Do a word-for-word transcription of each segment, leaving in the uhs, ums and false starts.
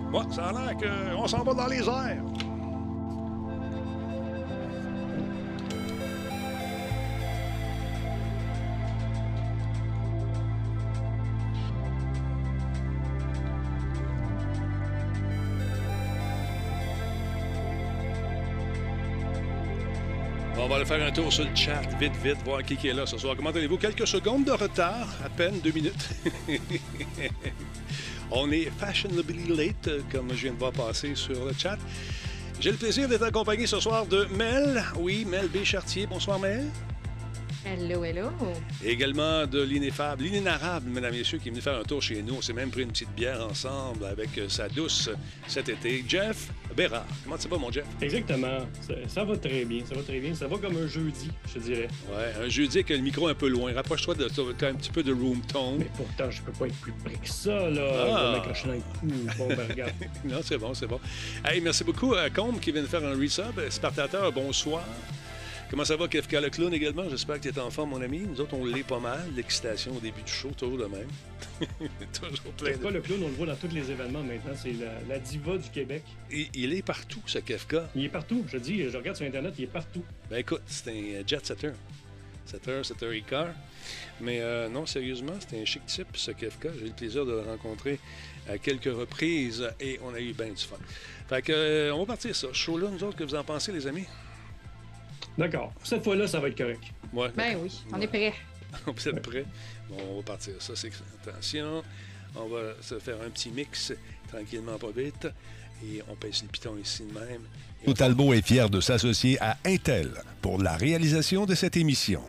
Moi, ça a l'air qu'on s'en va dans les airs. On va aller faire un tour sur le chat, vite, vite, voir qui est là ce soir. Comment allez-vous? Quelques secondes de retard, à peine deux minutes. On est fashionably late, comme je viens de voir passer sur le chat. J'ai le plaisir d'être accompagné ce soir de Mel. Oui, Mel B. Chartier. Bonsoir, Mel. Hello, hello. Et également de l'ineffable, l'inénarrable, mesdames et messieurs, qui est venu faire un tour chez nous. On s'est même pris une petite bière ensemble avec sa douce cet été. Jeff Bérard. Comment ça va, mon Jeff? Exactement. Ça, ça va très bien. Ça va très bien. Ça va comme un jeudi, je te dirais. Ouais, un jeudi avec le micro un peu loin. Rapproche-toi de t'as un petit peu de room tone. Mais pourtant, je peux pas être plus près que ça, là. Ah. Je vais m'accrocher dans le cou. Bon, ben, regarde. Non, c'est bon, c'est bon. Hey, merci beaucoup à Combe qui vient de faire un resub. Spartateur, bonsoir. Comment ça va, Kefka le clown également? J'espère que tu es en forme, mon ami. Nous autres, on l'est pas mal. L'excitation au début du show, toujours le même. toujours plein Kefka de... le clown, on le voit dans tous les événements maintenant. C'est la, la diva du Québec. Et, il est partout, ce Kefka. Il est partout. Je dis, je regarde sur Internet, il est partout. Ben écoute, c'est un jet setter. sept heures, sept heures quinze. Mais euh, non, sérieusement, c'est un chic type, ce Kefka. J'ai eu le plaisir de le rencontrer à quelques reprises et on a eu bien du fun. Fait que, euh, on va partir ça. Show-là, nous autres, que vous en pensez, les amis? D'accord. Cette fois-là, ça va être correct. Ouais, ben oui, on ouais. est prêts. Vous êtes prêts? Bon, on va partir ça. C'est... Attention, on va se faire un petit mix, tranquillement, pas vite. Et on pèse les pitons ici de même. On... Talbot est fier de s'associer à Intel pour la réalisation de cette émission.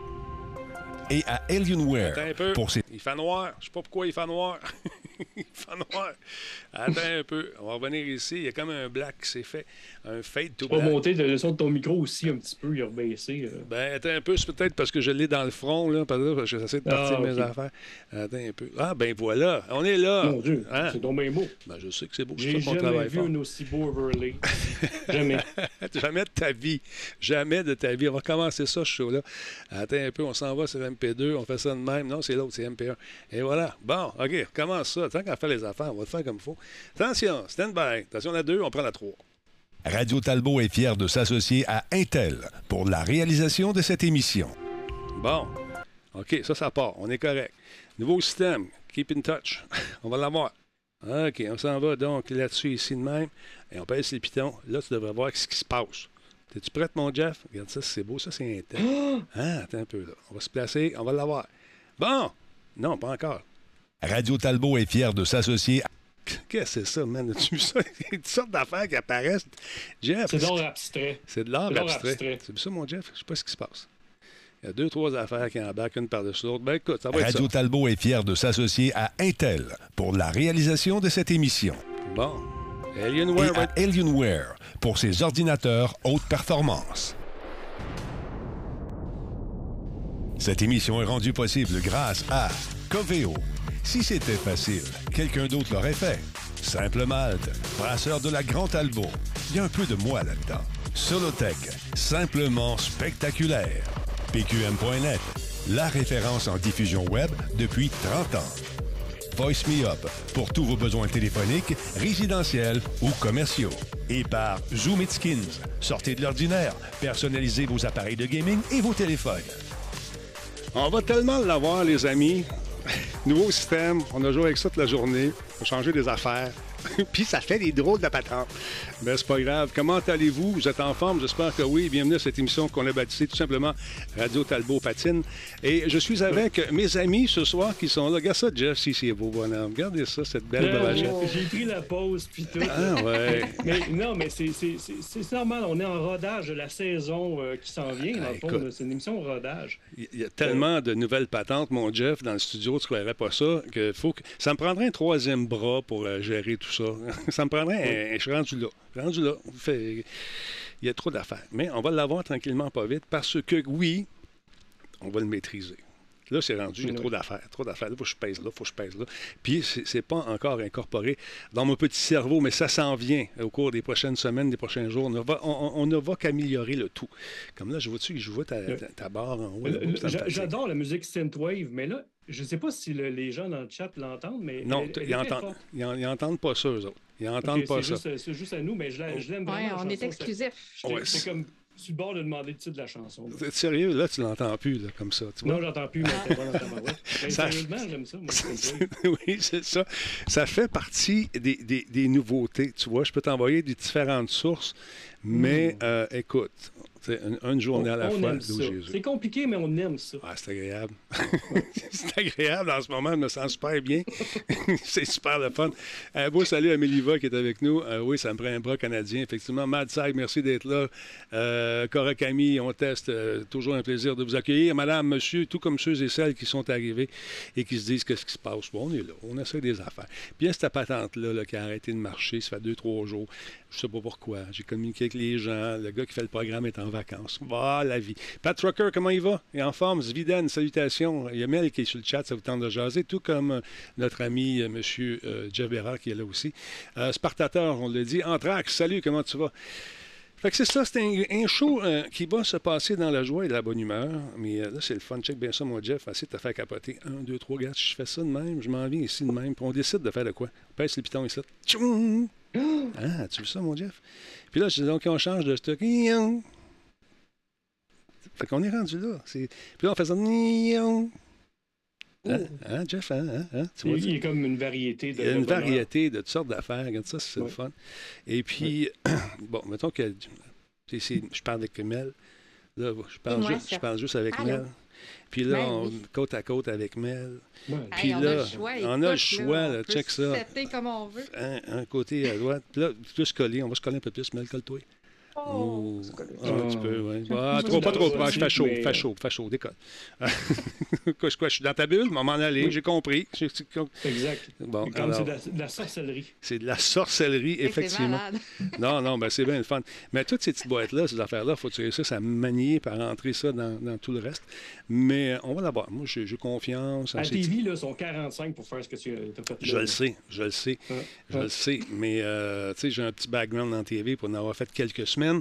Et à Alienware pour ses... Il fait noir. Je sais pas pourquoi il fait noir. il fait noir. Attends un peu. On va revenir ici. Il y a comme un black qui s'est fait. Un fade to black. Tu vas monter le son de ton micro aussi un petit peu. Il a rebaissé. Euh... Ben, attends un peu. C'est peut-être parce que je l'ai dans le front, là. Parce que j'essaie de partir ah, mes okay. affaires. Attends un peu. Ah, ben voilà. On est là. Mon Dieu. Hein? C'est donc bien beau. Ben, je sais que c'est beau. J'ai jamais travail vu fort. un aussi beau overlay. Jamais. Jamais de ta vie. Jamais de ta vie. On va commencer ça, ce show-là. Attends un peu. On s'en va sur M P deux. On fait ça de même. Non, c'est l'autre. C'est M P un. Et voilà. Bon, OK. Commence ça. Tant qu'à faire les affaires, on va le faire comme il faut. Attention. Stand by. Attention, la deux. On prend la trois. Radio Talbot est fier de s'associer à Intel pour la réalisation de cette émission. Bon. OK. Ça, ça part. On est correct. Nouveau système. Keep in touch. On va l'avoir. OK. On s'en va donc là-dessus, ici de même. Et on pèse les pitons. Là, tu devrais voir ce qui se passe. T'es-tu prête, mon Jeff? Regarde ça, c'est beau. Ça, c'est intense. Ah, attends un peu, là. On va se placer. On va l'avoir. Bon! Non, pas encore. Radio Talbot est fier de s'associer à... Qu'est-ce que c'est ça, man? As-tu vu ça? Il y a toutes sortes d'affaires qui apparaissent. Jeff... C'est de l'art abstrait. C'est de l'art abstrait. abstrait. C'est ça, mon Jeff? Je sais pas ce qui se passe. Il y a deux, trois affaires qui embarquent une par-dessus l'autre. Ben écoute, ça va Radio être ça. Talbot est fier de s'associer à Intel pour la réalisation de cette émission. Bon. Alienware, et à ouais. Alienware pour ses ordinateurs haute performance. Cette émission est rendue possible grâce à Coveo. Si c'était facile, quelqu'un d'autre l'aurait fait. Simple Malte, brasseur de la Grande Talbot. Il y a un peu de moi là-dedans. Solotech, simplement spectaculaire. P Q M point net, la référence en diffusion web depuis trente ans. Voice Me Up, pour tous vos besoins téléphoniques, résidentiels ou commerciaux. Et par Zoom It Skins, sortez de l'ordinaire, personnalisez vos appareils de gaming et vos téléphones. On va tellement l'avoir, les amis. Nouveau système, on a joué avec ça toute la journée, on a changé des affaires. Puis ça fait des drôles de patente. Mais c'est pas grave. Comment allez-vous? Vous êtes en forme? J'espère que oui. Bienvenue à cette émission qu'on a baptisée tout simplement Radio Talbot Patine. Et je suis avec mes amis ce soir qui sont là. Regarde ça, Jeff, si c'est beau bonhomme. Regardez ça, cette belle brachette. J'ai pris la pause, puis tout. Ah ouais. Mais non, mais c'est, c'est, c'est, c'est normal. On est en rodage de la saison euh, qui s'en vient. Dans le fond, là, c'est une émission rodage. Il y a tellement de nouvelles patentes, mon Jeff, dans le studio, tu ne croirais pas ça, que faut que... ça me prendrait un troisième bras pour euh, gérer tout ça. Ça me prendrait un... Je suis rendu là. Rendu là. Fait... Il y a trop d'affaires. Mais on va l'avoir tranquillement, pas vite, parce que, oui, on va le maîtriser. Là, c'est rendu, il y a trop d'affaires. Trop d'affaires. Là, il faut que je pèse là, il faut que je pèse là. Puis, c'est, c'est pas encore incorporé dans mon petit cerveau, mais ça s'en vient au cours des prochaines semaines, des prochains jours. On ne va, on, on ne va qu'améliorer le tout. Comme là, je vois-tu que je vois ta, ta, ta barre en haut. Le, le, j'a, j'adore la musique synthwave, mais là, je ne sais pas si le- les gens dans le chat l'entendent, mais. Non, elle- t- elle ils est très entendent, forte. ils en- ils entendent pas ça, eux autres. Ils entendent Ok, pas c'est ça. juste, c'est juste à nous, mais je la- je l'aime Ouais, vraiment. la on est chanson. exclusif. J'étais Ouais, j'étais c'est- comme sur le bord de demander le titre de la chanson. là. T'es sérieux, là, tu l'entends plus, là, comme ça. Tu vois? Non, j'entends plus, mais c'est bon dans ta marouette. Mais Ça- sérieusement, j'aime ça. Moi, c'est ça. Oui, c'est ça. Ça fait partie des, des- des nouveautés. Tu vois, je peux t'envoyer des différentes sources, mais Mm. euh, écoute, c'est une, une journée à la On fois, aime d'où ça. Jésus. C'est compliqué, mais on aime ça. Ah, c'est agréable. c'est agréable en ce moment, je me sens super bien. c'est super le fun. Un beau salut à Méliva qui est avec nous. Euh, oui, ça me prend un bras canadien, effectivement. Mad Side, merci d'être là. Euh, Cora Camille, on teste. Euh, toujours un plaisir de vous accueillir. Madame, monsieur, tout comme ceux et celles qui sont arrivés et qui se disent qu'est-ce qui se passe. Bon, on est là, on essaie des affaires. Puis il y a cette patente-là là, qui a arrêté de marcher, ça fait deux, trois jours. Je sais pas pourquoi. J'ai communiqué avec les gens. Le gars qui fait le programme est en vacances. Ah, la vie. Pat Trucker, comment il va? Il est en forme. Zviden, salutations. Il y a Mel qui est sur le chat, ça vous tente de jaser, tout comme euh, notre ami euh, M. Euh, Jeff Bérard qui est là aussi. Euh, Spartateur, on l'a dit. Anthrax, salut, comment tu vas? Fait que c'est ça, c'est un, un show euh, qui va se passer dans la joie et la bonne humeur. Mais euh, là, c'est le fun. Check bien ça, mon Jeff. Essaye de te faire capoter. Un, deux, trois, gars. Je fais ça de même. Je m'en viens ici de même. Puis on décide de faire de quoi? On pèse les pitons ici. Tchoum! Ah, tu veux ça, mon Jeff? Puis là, je dis donc, on change de stock. Fait qu'on est rendu là. C'est... Puis là, on fait ça. Hein, hein, Jeff, hein, hein, hein? Tu vois, Il y a comme une variété de. il y a une de bonheur. variété de toutes sortes d'affaires. Regarde ça, c'est Ouais. le fun. Et puis, bon, mettons que c'est- c'est- je parle avec Mel. Là, je parle, Dis-moi juste, ça. je parle juste avec Allô? Mel. Puis là, Ben on, oui. côte à côte avec Mel. Ouais. Puis Hey, on là, a le choix. on a écoute, le choix, là, on peut check ça. setter comme on veut. Un, un côté à droite. Puis là, plus collé. On va se coller un peu plus. Mel, colle-toi. Oh! Ah, un petit peu, oui. Ah, Je trop, pas suis trop dans proche. ça Fais aussi, chaud, mais- fais chaud, fais chaud, décolle. quoi, je, quoi, je suis dans ta bulle, m'en aller, Oui. j'ai compris. J'ai- Exact. Bon, Comme c'est alors, de la, de la sorcellerie. c'est de la sorcellerie, C'est effectivement. malade. Non, non, ben c'est bien le fun. Mais toutes ces petites boîtes-là, ces affaires-là, il faut que tu réussisses à manier par rentrer ça dans, dans tout le reste. Mais euh, on va l'avoir. Moi, j'ai j'ai confiance. en À ces T petits- V, là, sont quarante-cinq pour faire ce que tu as fait là. Je le sais, je le sais, Ouais. je Ouais. le sais. Mais, euh, tu sais, j'ai un petit background en T V pour en avoir fait quelques semaines.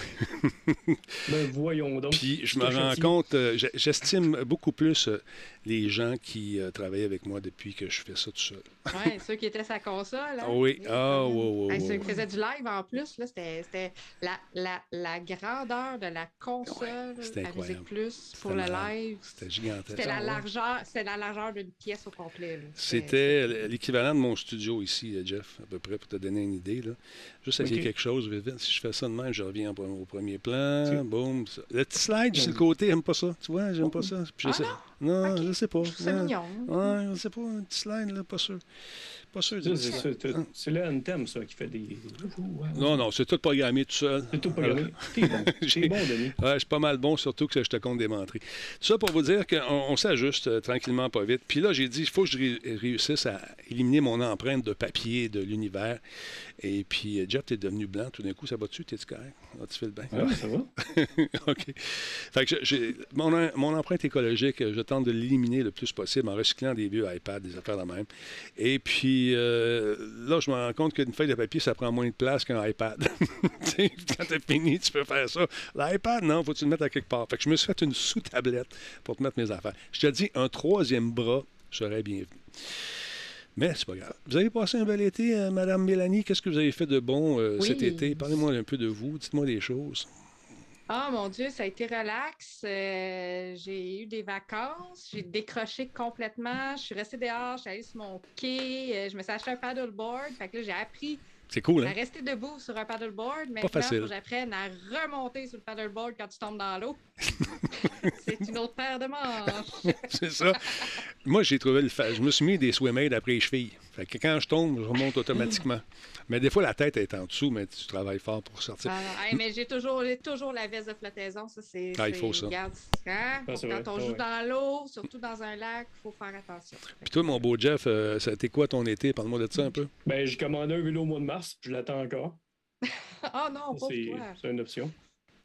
Ben, voyons donc. Puis je Tu me te rends châties. compte, euh, j'ai- j'estime beaucoup plus euh, les gens qui euh, travaillent avec moi depuis que je fais ça tout seul. Ouais, ceux qui étaient sa console. Hein? Oui, ah, oui, oui, Hey, oui, ceux oui. qui faisaient du live en plus, là, c'était, c'était la, la, la grandeur de la console c'était à incroyable. Musique Plus pour C'était le malade. live. C'était gigantesque. C'était la largeur, c'était la largeur d'une pièce au complet. là. C'était l'équivalent de mon studio ici, euh, Jeff, à peu près, pour te donner une idée. Là. Juste essayer Ok. quelque chose, vite, vite. Si je fais ça de même, je reviens au au premier plan. Tu- Boum. ça. Le petit slide sur le côté, j'aime pas ça. Tu vois, j'aime pas ça. Puis je Ah sais- non? non, Ok. je sais pas. Je trouve ça Ouais. mignon. Ouais, je sais pas, un petit slide, là, pas sûr. Pas sûr. Ça, du c'est, slide. c'est- c'est le Anthem, ça, qui fait des. Non, non, c'est tout programmé tout seul. C'est tout programmé. T'es bon. J'ai- T'es bon, Denis. Ouais, je suis pas mal bon, surtout que je te compte des menteries. Tout ça pour vous dire qu'on on s'ajuste euh, tranquillement, pas vite. Puis là, j'ai dit, il faut que je ré- réussisse à éliminer mon empreinte de papier de l'univers. Et puis, euh, Jeff, t'es devenu blanc. Tout d'un coup, ça va-tu? T'es-tu correct? Ah, tu fais le bien. Ouais, ça va. OK. Fait que je- j'ai- mon, em- mon empreinte écologique, euh, je tente de l'éliminer le plus possible en recyclant des vieux iPads, des affaires de même. Et puis, euh, là, je me rends compte qu'une feuille de papier, ça prend moins de place qu'un iPad. Tu sais, quand t'as fini, tu peux faire ça. L'iPad, non, faut que tu le mettes à quelque part. Fait que je me suis fait une sous-tablette pour te mettre mes affaires. Je te dis, un troisième bras serait bienvenu. Mais c'est pas grave. Vous avez passé un bel été, euh, Madame Mélanie. Qu'est-ce que vous avez fait de bon euh, Oui. cet été? Parlez-moi un peu de vous. Dites-moi des choses. Ah mon Dieu, ça a été relax. Euh, j'ai eu des vacances. J'ai décroché complètement. Je suis restée dehors. Je suis allée sur mon quai. euh, je me suis acheté un paddleboard. Fait que là, j'ai appris C'est cool, à hein? rester debout sur un paddleboard. Maintenant, facile. il faut que j'apprenne à remonter sur le paddleboard quand tu tombes dans l'eau. C'est une autre paire de manches. C'est ça. Moi, j'ai trouvé le fa... Je me suis mis des swim-aids après les chevilles. Fait que quand je tombe, je remonte automatiquement. Mais des fois, la tête est en dessous, mais tu travailles fort pour sortir. Ah, non. Hey, mais j'ai toujours, j'ai toujours la veste de flottaison. Ça, c'est, Ah, il c'est- faut ça. regarde, hein, Ah, c'est quand vrai. on Ah, joue ouais. dans l'eau, surtout dans un lac, il faut faire attention. Puis toi, mon beau Jeff, euh, ça a été quoi ton été? Parle-moi de ça un peu. Ben, j'ai commandé un vélo au mois de mars, puis je l'attends encore. Ah non, pauvre C'est, toi. c'est une option.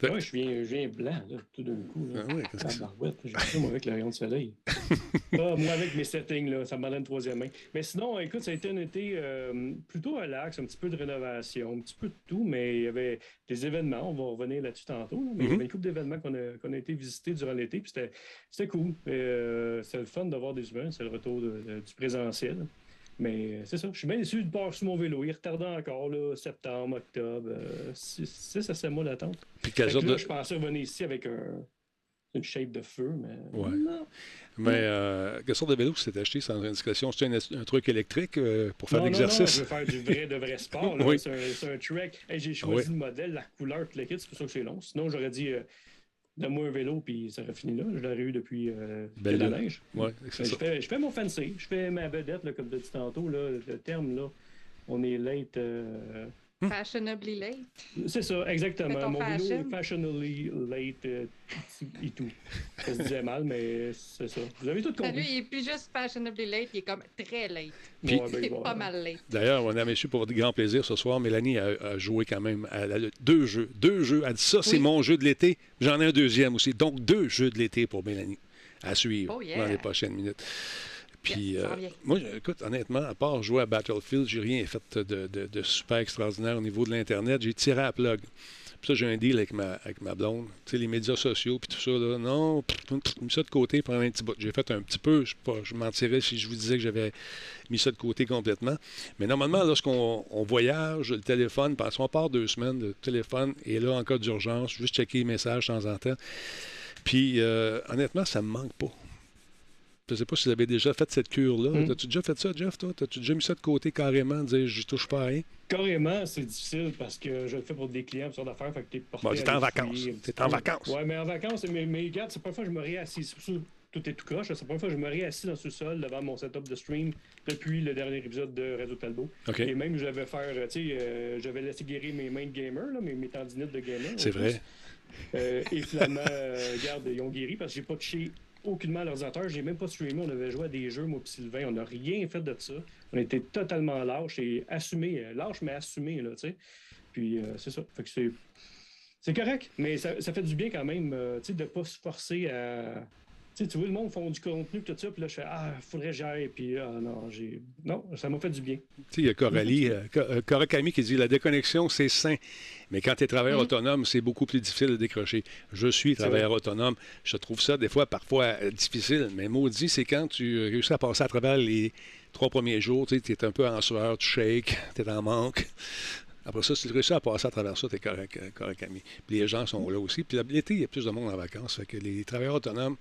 Ouais, je viens, je viens blanc, là, tout d'un coup. Là. Ah oui, qu'est-ce que Ah, barouette, j'ai ça, moi, avec le rayon de soleil. Ah, moi, avec mes settings, là, ça me donne une troisième main. Mais sinon, écoute, ça a été un été euh, plutôt relax, un petit peu de rénovation, un petit peu de tout, mais il y avait des événements, on va revenir là-dessus tantôt, là, mais mm-hmm. il y avait une couple d'événements qu'on a, qu'on a été visités durant l'été, puis c'était, c'était cool. Euh, c'était le fun d'avoir des humains, c'est le retour de, de, du présentiel. Mais c'est ça, je suis bien déçu de part sur mon vélo. Il retardait encore, là, septembre, octobre, euh, six à sept mois d'attente. Puis quel genre là, de... je pensais revenir ici avec un, une shape de feu, mais ouais. non. Mais euh, quelle sorte de vélo tu t'es acheté sans indiscrétion? C'est un, un truc électrique euh, pour faire de l'exercice? Non, non, je veux faire du vrai, de vrai sport. Là. Oui. C'est, un, c'est un Trek. Hey, j'ai choisi oui. le modèle, la couleur, tout le kit, c'est pour ça que c'est long. Sinon, j'aurais dit... Euh, donne-moi un vélo, puis ça aurait fini là. Je l'aurais eu depuis euh, de la neige. Ouais, c'est je, ça. Fais, je fais mon fancy. Je fais ma vedette, là, comme tu as dit tantôt. Là, le terme, là, on est late. Euh... Fashionably late. C'est ça, exactement. Mon fashion. vélo est fashionably late euh, et tout. Ça se disait mal, mais c'est ça. Vous avez tout compris. Lui, il est plus juste fashionably late, il est comme très late. Puis, ouais, ben, il est pas mal late. D'ailleurs, on a reçu pour votre grand plaisir ce soir. Mélanie a, a joué quand même à, à, à deux jeux. Deux jeux. Elle dit ça, c'est oui. mon jeu de l'été. J'en ai un deuxième aussi. Donc, deux jeux de l'été pour Mélanie à suivre oh, yeah. dans les prochaines minutes. Puis, yes, euh, moi, écoute, honnêtement, à part jouer à Battlefield, j'ai rien fait de, de, de super extraordinaire au niveau de l'Internet. J'ai tiré à la plug. Puis ça, j'ai un deal avec ma, avec ma blonde. Tu sais, les médias sociaux, puis tout ça, là, non, mis ça de côté pendant un petit bout. J'ai fait un petit peu, je, pas, je mentirais si je vous disais que j'avais mis ça de côté complètement. Mais normalement, lorsqu'on on voyage, le téléphone, parce qu'on part deux semaines, le téléphone est là en cas d'urgence, juste checker les messages de temps en temps. Puis, euh, honnêtement, ça me manque pas. Je ne sais pas si vous avez déjà fait cette cure-là. Mm. As-tu déjà fait ça, Jeff, toi? As-tu déjà mis ça de côté carrément, dire je touche pas à rien? Carrément, c'est difficile parce que je le fais pour des clients, pour d'affaires, fait que t'es porté bon, t'es en vacances. T'es en vacances. Oui, mais en vacances, mais, mais regarde, c'est pas une fois que je me réassis. C'est pour ça tout est tout croche. C'est pas une fois que je me réassis dans le sous-sol devant mon setup de stream depuis le dernier épisode de Radio Talbot. Okay. Et même, je l'avais faire, tu sais, euh, j'avais laissé guérir mes mains de gamer, là, mes, mes tendinites de gamer. C'est vrai. Euh, et finalement, euh, regarde, ils ont guéri parce que j'ai pas touché aucunement à l'ordinateur. J'ai même pas streamé. On avait joué à des jeux, moi et Sylvain. On n'a rien fait de ça. On était totalement lâches et assumés. Lâches, mais assumés, là, tu sais. Puis, euh, c'est ça. Fait que c'est... C'est correct, mais ça, ça fait du bien quand même, euh, tu sais, de pas se forcer à... Tu sais, tu vois, le monde font du contenu, tout ça, puis là, je fais « Ah, faudrait que j'aille », puis ah, non, j'ai... Non, ça m'a fait du bien. Tu sais, il y a Coralie, euh, Corakami qui dit « La déconnexion, c'est sain, mais quand tu es travailleur mmh. autonome, c'est beaucoup plus difficile de décrocher. » Je suis travailleur autonome, je trouve ça des fois, parfois, euh, difficile, mais maudit, c'est quand tu réussis à passer à travers les trois premiers jours, tu sais, tu es un peu en sueur, tu shakes, tu es en manque. Après ça, si tu réussis à passer à travers ça, tu es correct, correct, ami. Puis les gens sont là aussi. Puis l'été, il y a plus de monde en vacances. Fait que les travailleurs autonomes,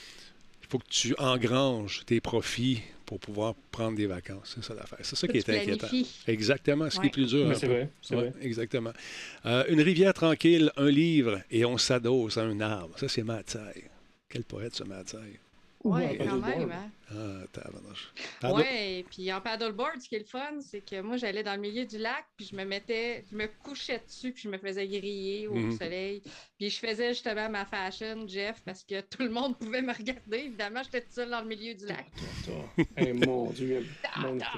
il faut que tu engranges tes profits pour pouvoir prendre des vacances. C'est ça l'affaire. C'est ça qui est inquiétant. Exactement. Ce ouais. qui est plus dur. Mais c'est peu. vrai. C'est ouais, vrai. Exactement. Euh, une rivière tranquille, un livre et on s'adosse à un arbre. Ça, c'est Mathieu. Quel poète, ce Mathieu. Oui, quand même. Hein? Ah, tabarnouche. Oui, puis en paddleboard, ce qui est le fun, c'est que moi, j'allais dans le milieu du lac, puis je me mettais, je me couchais dessus, puis je me faisais griller au mm-hmm. soleil. Puis je faisais justement ma fashion, Jeff, parce que tout le monde pouvait me regarder. Évidemment, j'étais toute seule dans le milieu du lac. hey, mon Dieu. Mon Dieu.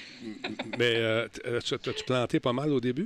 Mais euh, as-tu planté pas mal au début?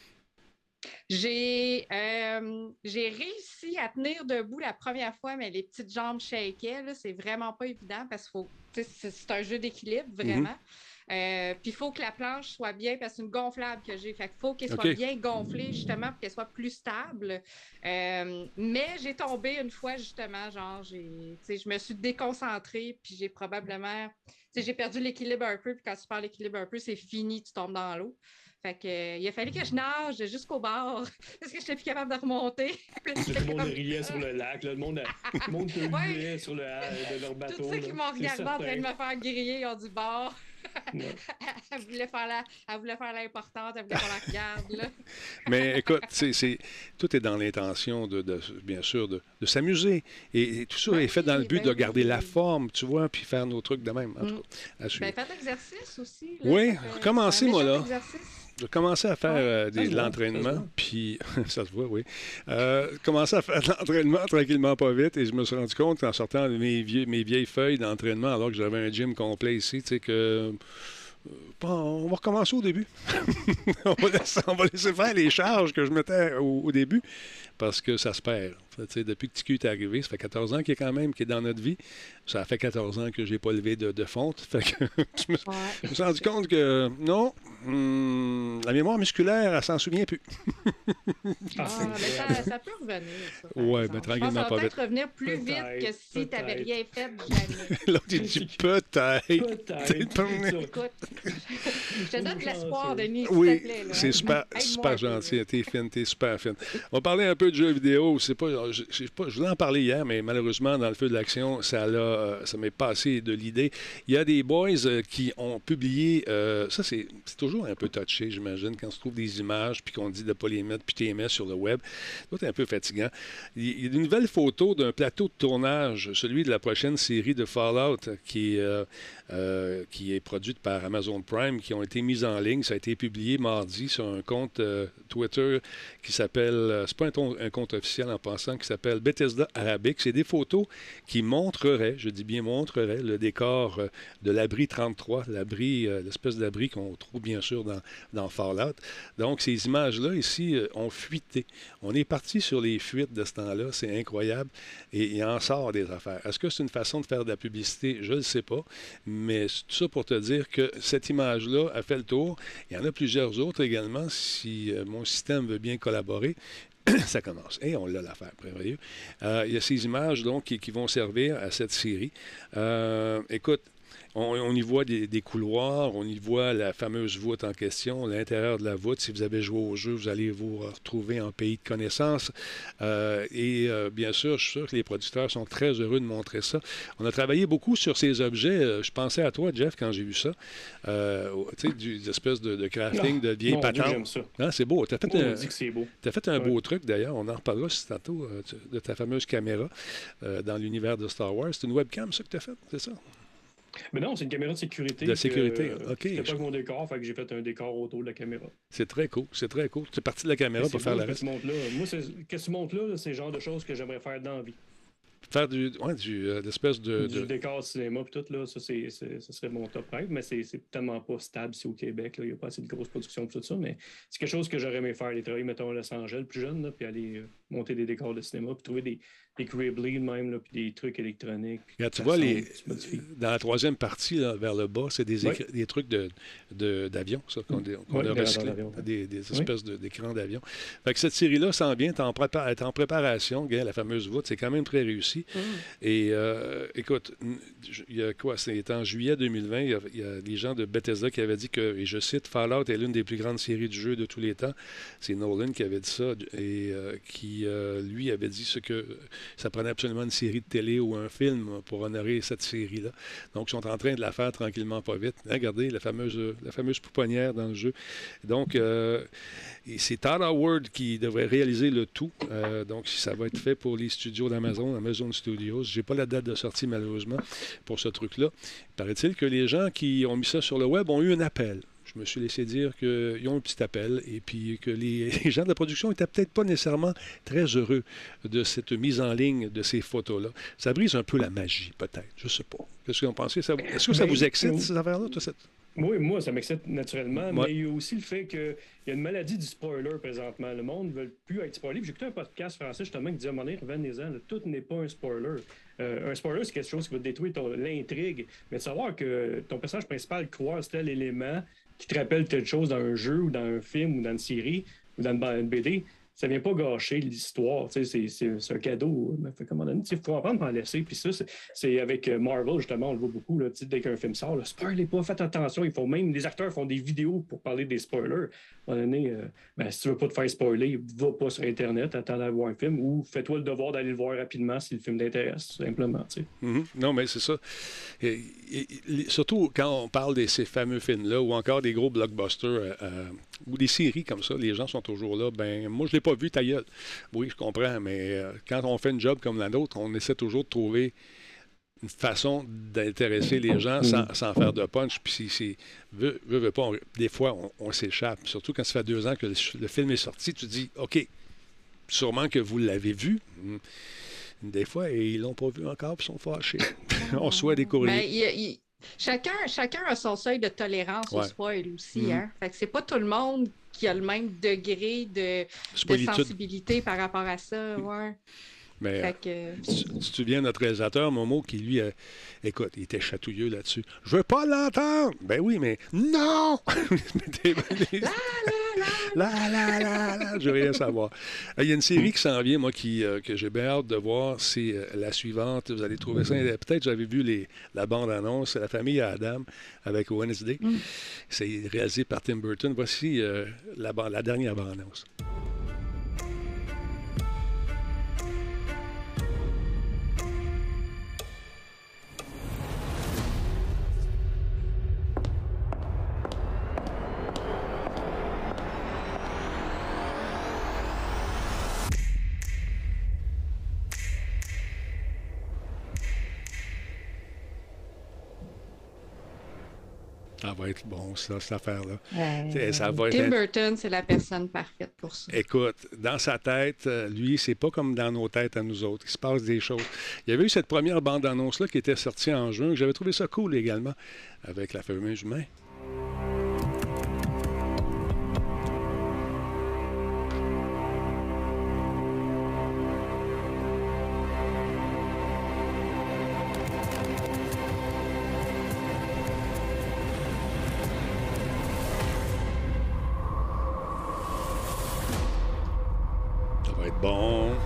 J'ai, euh, j'ai réussi à tenir debout la première fois, mais les petites jambes shakaient. Là, c'est vraiment pas évident parce que c'est, c'est un jeu d'équilibre, vraiment. Mm-hmm. Euh, puis il faut que la planche soit bien, parce que c'est une gonflable que j'ai. Fait qu'il faut qu'elle soit okay. bien gonflée, justement, pour qu'elle soit plus stable. Euh, mais j'ai tombé une fois, justement, genre, j'ai, je me suis déconcentrée, puis j'ai probablement... J'ai perdu l'équilibre un peu, puis quand tu perds l'équilibre un peu, c'est fini, tu tombes dans l'eau. Fait que, euh, il a fallu que je nage jusqu'au bord parce que je n'étais plus capable de remonter. Tout le monde riait sur le lac, là, le monde, le monde riait ouais. sur le de leur bateau. Tous ceux qui m'ont regardé en train de me faire griller, ils ont dit bord. elle, voulait faire la, elle voulait faire l'importante, elle voulait qu'on la regarde. Là. Mais écoute, c'est, c'est, tout est dans l'intention, de, de, bien sûr, de, de s'amuser. Et, et tout ça oui, est fait dans le but ben, de garder oui. la forme, tu vois, puis faire nos trucs de même. En tout cas, à ben, faire de l'exercice aussi. Là, oui, recommencer, moi, là. J'ai commencé à faire euh, des, de l'entraînement, puis ça se voit, oui. Euh, commencé à faire de l'entraînement tranquillement, pas vite, et je me suis rendu compte qu'en sortant de mes, vieux, mes vieilles feuilles d'entraînement, alors que j'avais un gym complet ici, tu sais, que Bon, on va recommencer au début. on, va laisser, on va laisser faire les charges que je mettais au, au début parce que ça se perd. Fait, depuis que T Q est arrivé, ça fait quatorze ans qu'il est quand même qui est dans notre vie. Ça fait quatorze ans que je n'ai pas levé de, de fonte. Fait que je, me, ouais. je me suis rendu compte que non, hum, la mémoire musculaire, elle s'en souvient plus. ah, mais ça, ça peut revenir. Oui, mais tranquillement pas vite. Ça va peut-être revenir plus vite que si tu n'avais rien fait jamais. L'autre, il dit peut-être. Peut-être. Écoute, je te donne de l'espoir, Denis, s'il oui, te plaît. c'est super, super gentil. T'es fine, t'es super fine. On va parler un peu de jeux vidéo. C'est pas, je, je, pas, je voulais en parler hier, mais malheureusement, dans le feu de l'action, ça l'a, euh, ça m'est passé de l'idée. Il y a des boys euh, qui ont publié, euh, ça c'est, c'est toujours un peu touché, j'imagine, quand on se trouve des images puis qu'on dit de ne pas les mettre puis tu les mets sur le web. C'est un peu fatigant. Il y a une nouvelle photo d'un plateau de tournage, celui de la prochaine série de Fallout qui, euh, euh, qui est produite par Amazon Prime, qui ont été mises en ligne. Ça a été publié mardi sur un compte euh, Twitter qui s'appelle, euh, c'est pas un, ton, un compte officiel en passant, qui s'appelle Bethesda Arabic. C'est des photos qui montreraient, je dis bien montreraient, le décor euh, de l'abri trente-trois, l'abri, euh, l'espèce d'abri qu'on trouve bien sûr dans, dans Fallout. Donc, ces images-là, ici, euh, ont fuité. On est parti sur les fuites de ce temps-là. C'est incroyable. Et il en sort des affaires. Est-ce que c'est une façon de faire de la publicité? Je ne le sais pas. Mais c'est tout ça pour te dire que cette image-là a fait le tour. Il y en a plusieurs autres également, si euh, mon système veut bien collaborer. Ça commence. Et on l'a l'affaire, prévoyeux. Euh, il y a ces images, donc, qui, qui vont servir à cette série. Euh, écoute, On, on y voit des, des couloirs, on y voit la fameuse voûte en question, l'intérieur de la voûte. Si vous avez joué au jeu, vous allez vous retrouver en pays de connaissances. Euh, et euh, bien sûr, je suis sûr que les producteurs sont très heureux de montrer ça. On a travaillé beaucoup sur ces objets. Je pensais à toi, Jeff, quand j'ai vu ça. Euh, tu sais, des espèces de, de crafting, non, de vieilles patentes. J'aime ça. Hein, c'est beau. Tu as fait oh, un, on dit que c'est beau. T'as fait un ouais. beau truc, d'ailleurs. On en reparlera si tantôt euh, de ta fameuse caméra euh, dans l'univers de Star Wars. C'est une webcam, ça que tu as fait, c'est ça? Mais non, c'est une caméra de sécurité. De sécurité, que, OK. C'était pas mon décor, fait que j'ai fait un décor autour de la caméra. C'est très cool, c'est très cool. Tu es parti de la caméra pour faire le reste. Là. Moi, ce que tu montres là, c'est le genre de choses que j'aimerais faire dans la vie. Faire du, ouais, du, euh, d'espèce de, du de... décor de cinéma puis tout, là, ça, c'est, c'est, ça serait mon top rêve, mais c'est, c'est tellement pas stable ici au Québec. Il n'y a pas assez de grosses productions pour tout ça, mais c'est quelque chose que j'aurais aimé faire, aller travailler, mettons, à Los Angeles, plus jeune, là, puis aller euh, monter des décors de cinéma, puis trouver des, des Cribley même, là, puis des trucs électroniques. Là, tu vois, les... dans la troisième partie, là, vers le bas, c'est des, écr... oui. des trucs de, de, d'avion, ça, qu'on, qu'on oui, a recyclé, des, des espèces oui. de, d'écrans d'avion. Fait que cette série-là s'en vient, est en, prépa... est en préparation, la fameuse voûte, c'est quand même très réussi. Mm. Et Et euh, écoute, il y a quoi? C'est en juillet deux mille vingt, il y, a, il y a des gens de Bethesda qui avaient dit que, et je cite, Fallout est l'une des plus grandes séries de jeux de tous les temps. C'est Nolan qui avait dit ça et euh, qui, euh, lui, avait dit ce que ça prenait absolument une série de télé ou un film pour honorer cette série-là. Donc, ils sont en train de la faire tranquillement, pas vite. Hein, regardez la fameuse, la fameuse pouponnière dans le jeu. Donc, euh, et c'est Todd Howard qui devrait réaliser le tout. Euh, donc, ça va être fait pour les studios d'Amazon, Amazon Studios. J'ai pas la date de sortie, malheureusement, pour ce truc-là. Paraît-il que les gens qui ont mis ça sur le web ont eu un appel. Je me suis laissé dire qu'ils ont un petit appel et puis que les, les gens de la production n'étaient peut-être pas nécessairement très heureux de cette mise en ligne de ces photos-là. Ça brise un peu la magie, peut-être. Je sais pas. Qu'est-ce que vous en pensez? Ça, est-ce que ça vous excite, ces affaires-là? Tout cette... Oui, moi, ça m'excite naturellement, ouais. Mais il y a aussi le fait qu'il y a une maladie du spoiler présentement. Le monde ne veut plus être spoilé. J'ai écouté un podcast français justement qui disait à un moment donné, revenez-en, tout n'est pas un spoiler. Euh, un spoiler, c'est quelque chose qui va détruire ton, l'intrigue, mais de savoir que ton personnage principal croise tel élément qui te rappelle telle chose dans un jeu ou dans un film ou dans une série ou dans une B D, ça vient pas gâcher l'histoire. C'est, c'est, c'est un cadeau. Il faut apprendre à en laisser. Puis ça, c'est, c'est avec Marvel, justement, on le voit beaucoup. Là, dès qu'un film sort, là, spoilez pas, faites attention. Ils font même, les acteurs font des vidéos pour parler des spoilers. À un moment donné, euh, ben, si tu veux pas te faire spoiler, va pas sur Internet, attends d'aller voir un film ou fais-toi le devoir d'aller le voir rapidement si le film t'intéresse, tout simplement. Mm-hmm. Non, mais c'est ça. Et, et, et, surtout quand on parle de ces fameux films-là ou encore des gros blockbusters euh, euh, ou des séries comme ça, les gens sont toujours là. Ben, moi, je l'ai pas vu, ta gueule. Oui, je comprends, mais euh, quand on fait une job comme la nôtre, on essaie toujours de trouver une façon d'intéresser les gens sans, sans faire de punch. Puis si, si veut, veut, veut pas, on, des fois, on, on s'échappe. Surtout quand ça fait deux ans que le, le film est sorti, tu dis, OK, sûrement que vous l'avez vu. Des fois, ils l'ont pas vu encore, puis ils sont fâchés. On reçoit des courriers. Ben, Chacun, chacun a son seuil de tolérance Ouais. au spoil aussi. Mm-hmm. Hein? Fait que c'est pas tout le monde qui a le même degré de, de sensibilité par rapport à ça. Ouais. Mais fait que... tu, tu te souviens, notre réalisateur, Momo, qui lui, euh, écoute, il était chatouilleux là-dessus. Je veux pas l'entendre! Ben oui, mais non! la, la, la, la, la, la, je veux rien savoir. Il y a une série qui s'en vient, moi, qui, euh, que j'ai bien hâte de voir. C'est euh, la suivante. Vous allez trouver ça. Peut-être j'avais vu les, la bande-annonce. C'est La famille Adam avec Wednesday. Mm. C'est réalisé par Tim Burton. Voici euh, la, la dernière bande-annonce. Ça va être bon, ça, cette affaire-là. Euh, ça va Tim être... Burton, c'est la personne parfaite pour ça. Écoute, dans sa tête, lui, c'est pas comme dans nos têtes à nous autres. Il se passe des choses. Il y avait eu cette première bande-annonce-là qui était sortie en juin, que j'avais trouvé ça cool également, avec la fameuse main. Bon.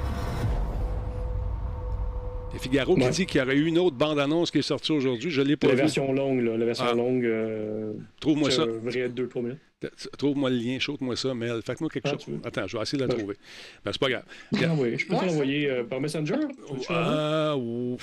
Et Figaro qui ouais. dit qu'il y aurait eu une autre bande-annonce qui est sortie aujourd'hui. Je ne l'ai pas la vu. Version longue, là, la version ah. longue. Euh, Trouve-moi ça. Vrai deux trois minutes. Trouve-moi le lien, shoot-moi ça, Mel. Fais-moi quelque ah, chose. Attends, je vais essayer de la ouais. trouver. Ben, c'est pas grave. Ah, oui. Je peux ouais, t'envoyer euh, par Messenger? Ah, ou...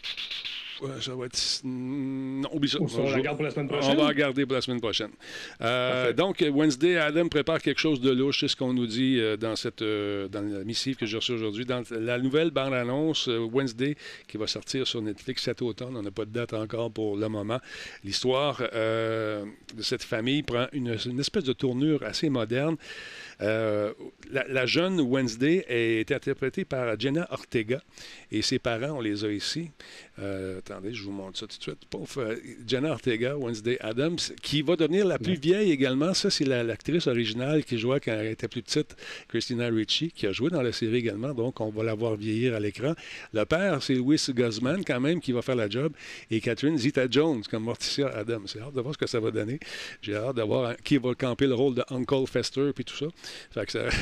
Ça va être... Non, oublie ça. On, on, la garde pour la semaine prochaine. On va regarder pour la semaine prochaine. Euh, donc, Wednesday, Adam prépare quelque chose de louche. C'est ce qu'on nous dit euh, dans, cette, euh, dans la missive que j'ai reçue aujourd'hui. Dans la nouvelle bande-annonce, euh, Wednesday, qui va sortir sur Netflix cet automne. On n'a pas de date encore pour le moment. L'histoire euh, de cette famille prend une, une espèce de tournure assez moderne. Euh, la, la jeune Wednesday est interprétée par Jenna Ortega et ses parents, on les a ici. Euh, attendez, je vous montre ça tout de suite. Pauvre, euh, Jenna Ortega, Wednesday Adams, qui va devenir la plus vieille également. Ça, c'est la, l'actrice originale qui jouait quand elle était plus petite, Christina Ricci, qui a joué dans la série également. Donc, on va la voir vieillir à l'écran. Le père, c'est Louis Guzman, quand même, qui va faire la job. Et Catherine Zeta-Jones, comme Morticia Adams. C'est hâte de voir ce que ça va donner. J'ai hâte de voir qui va camper le rôle de Uncle Fester puis tout ça. Fait que ça,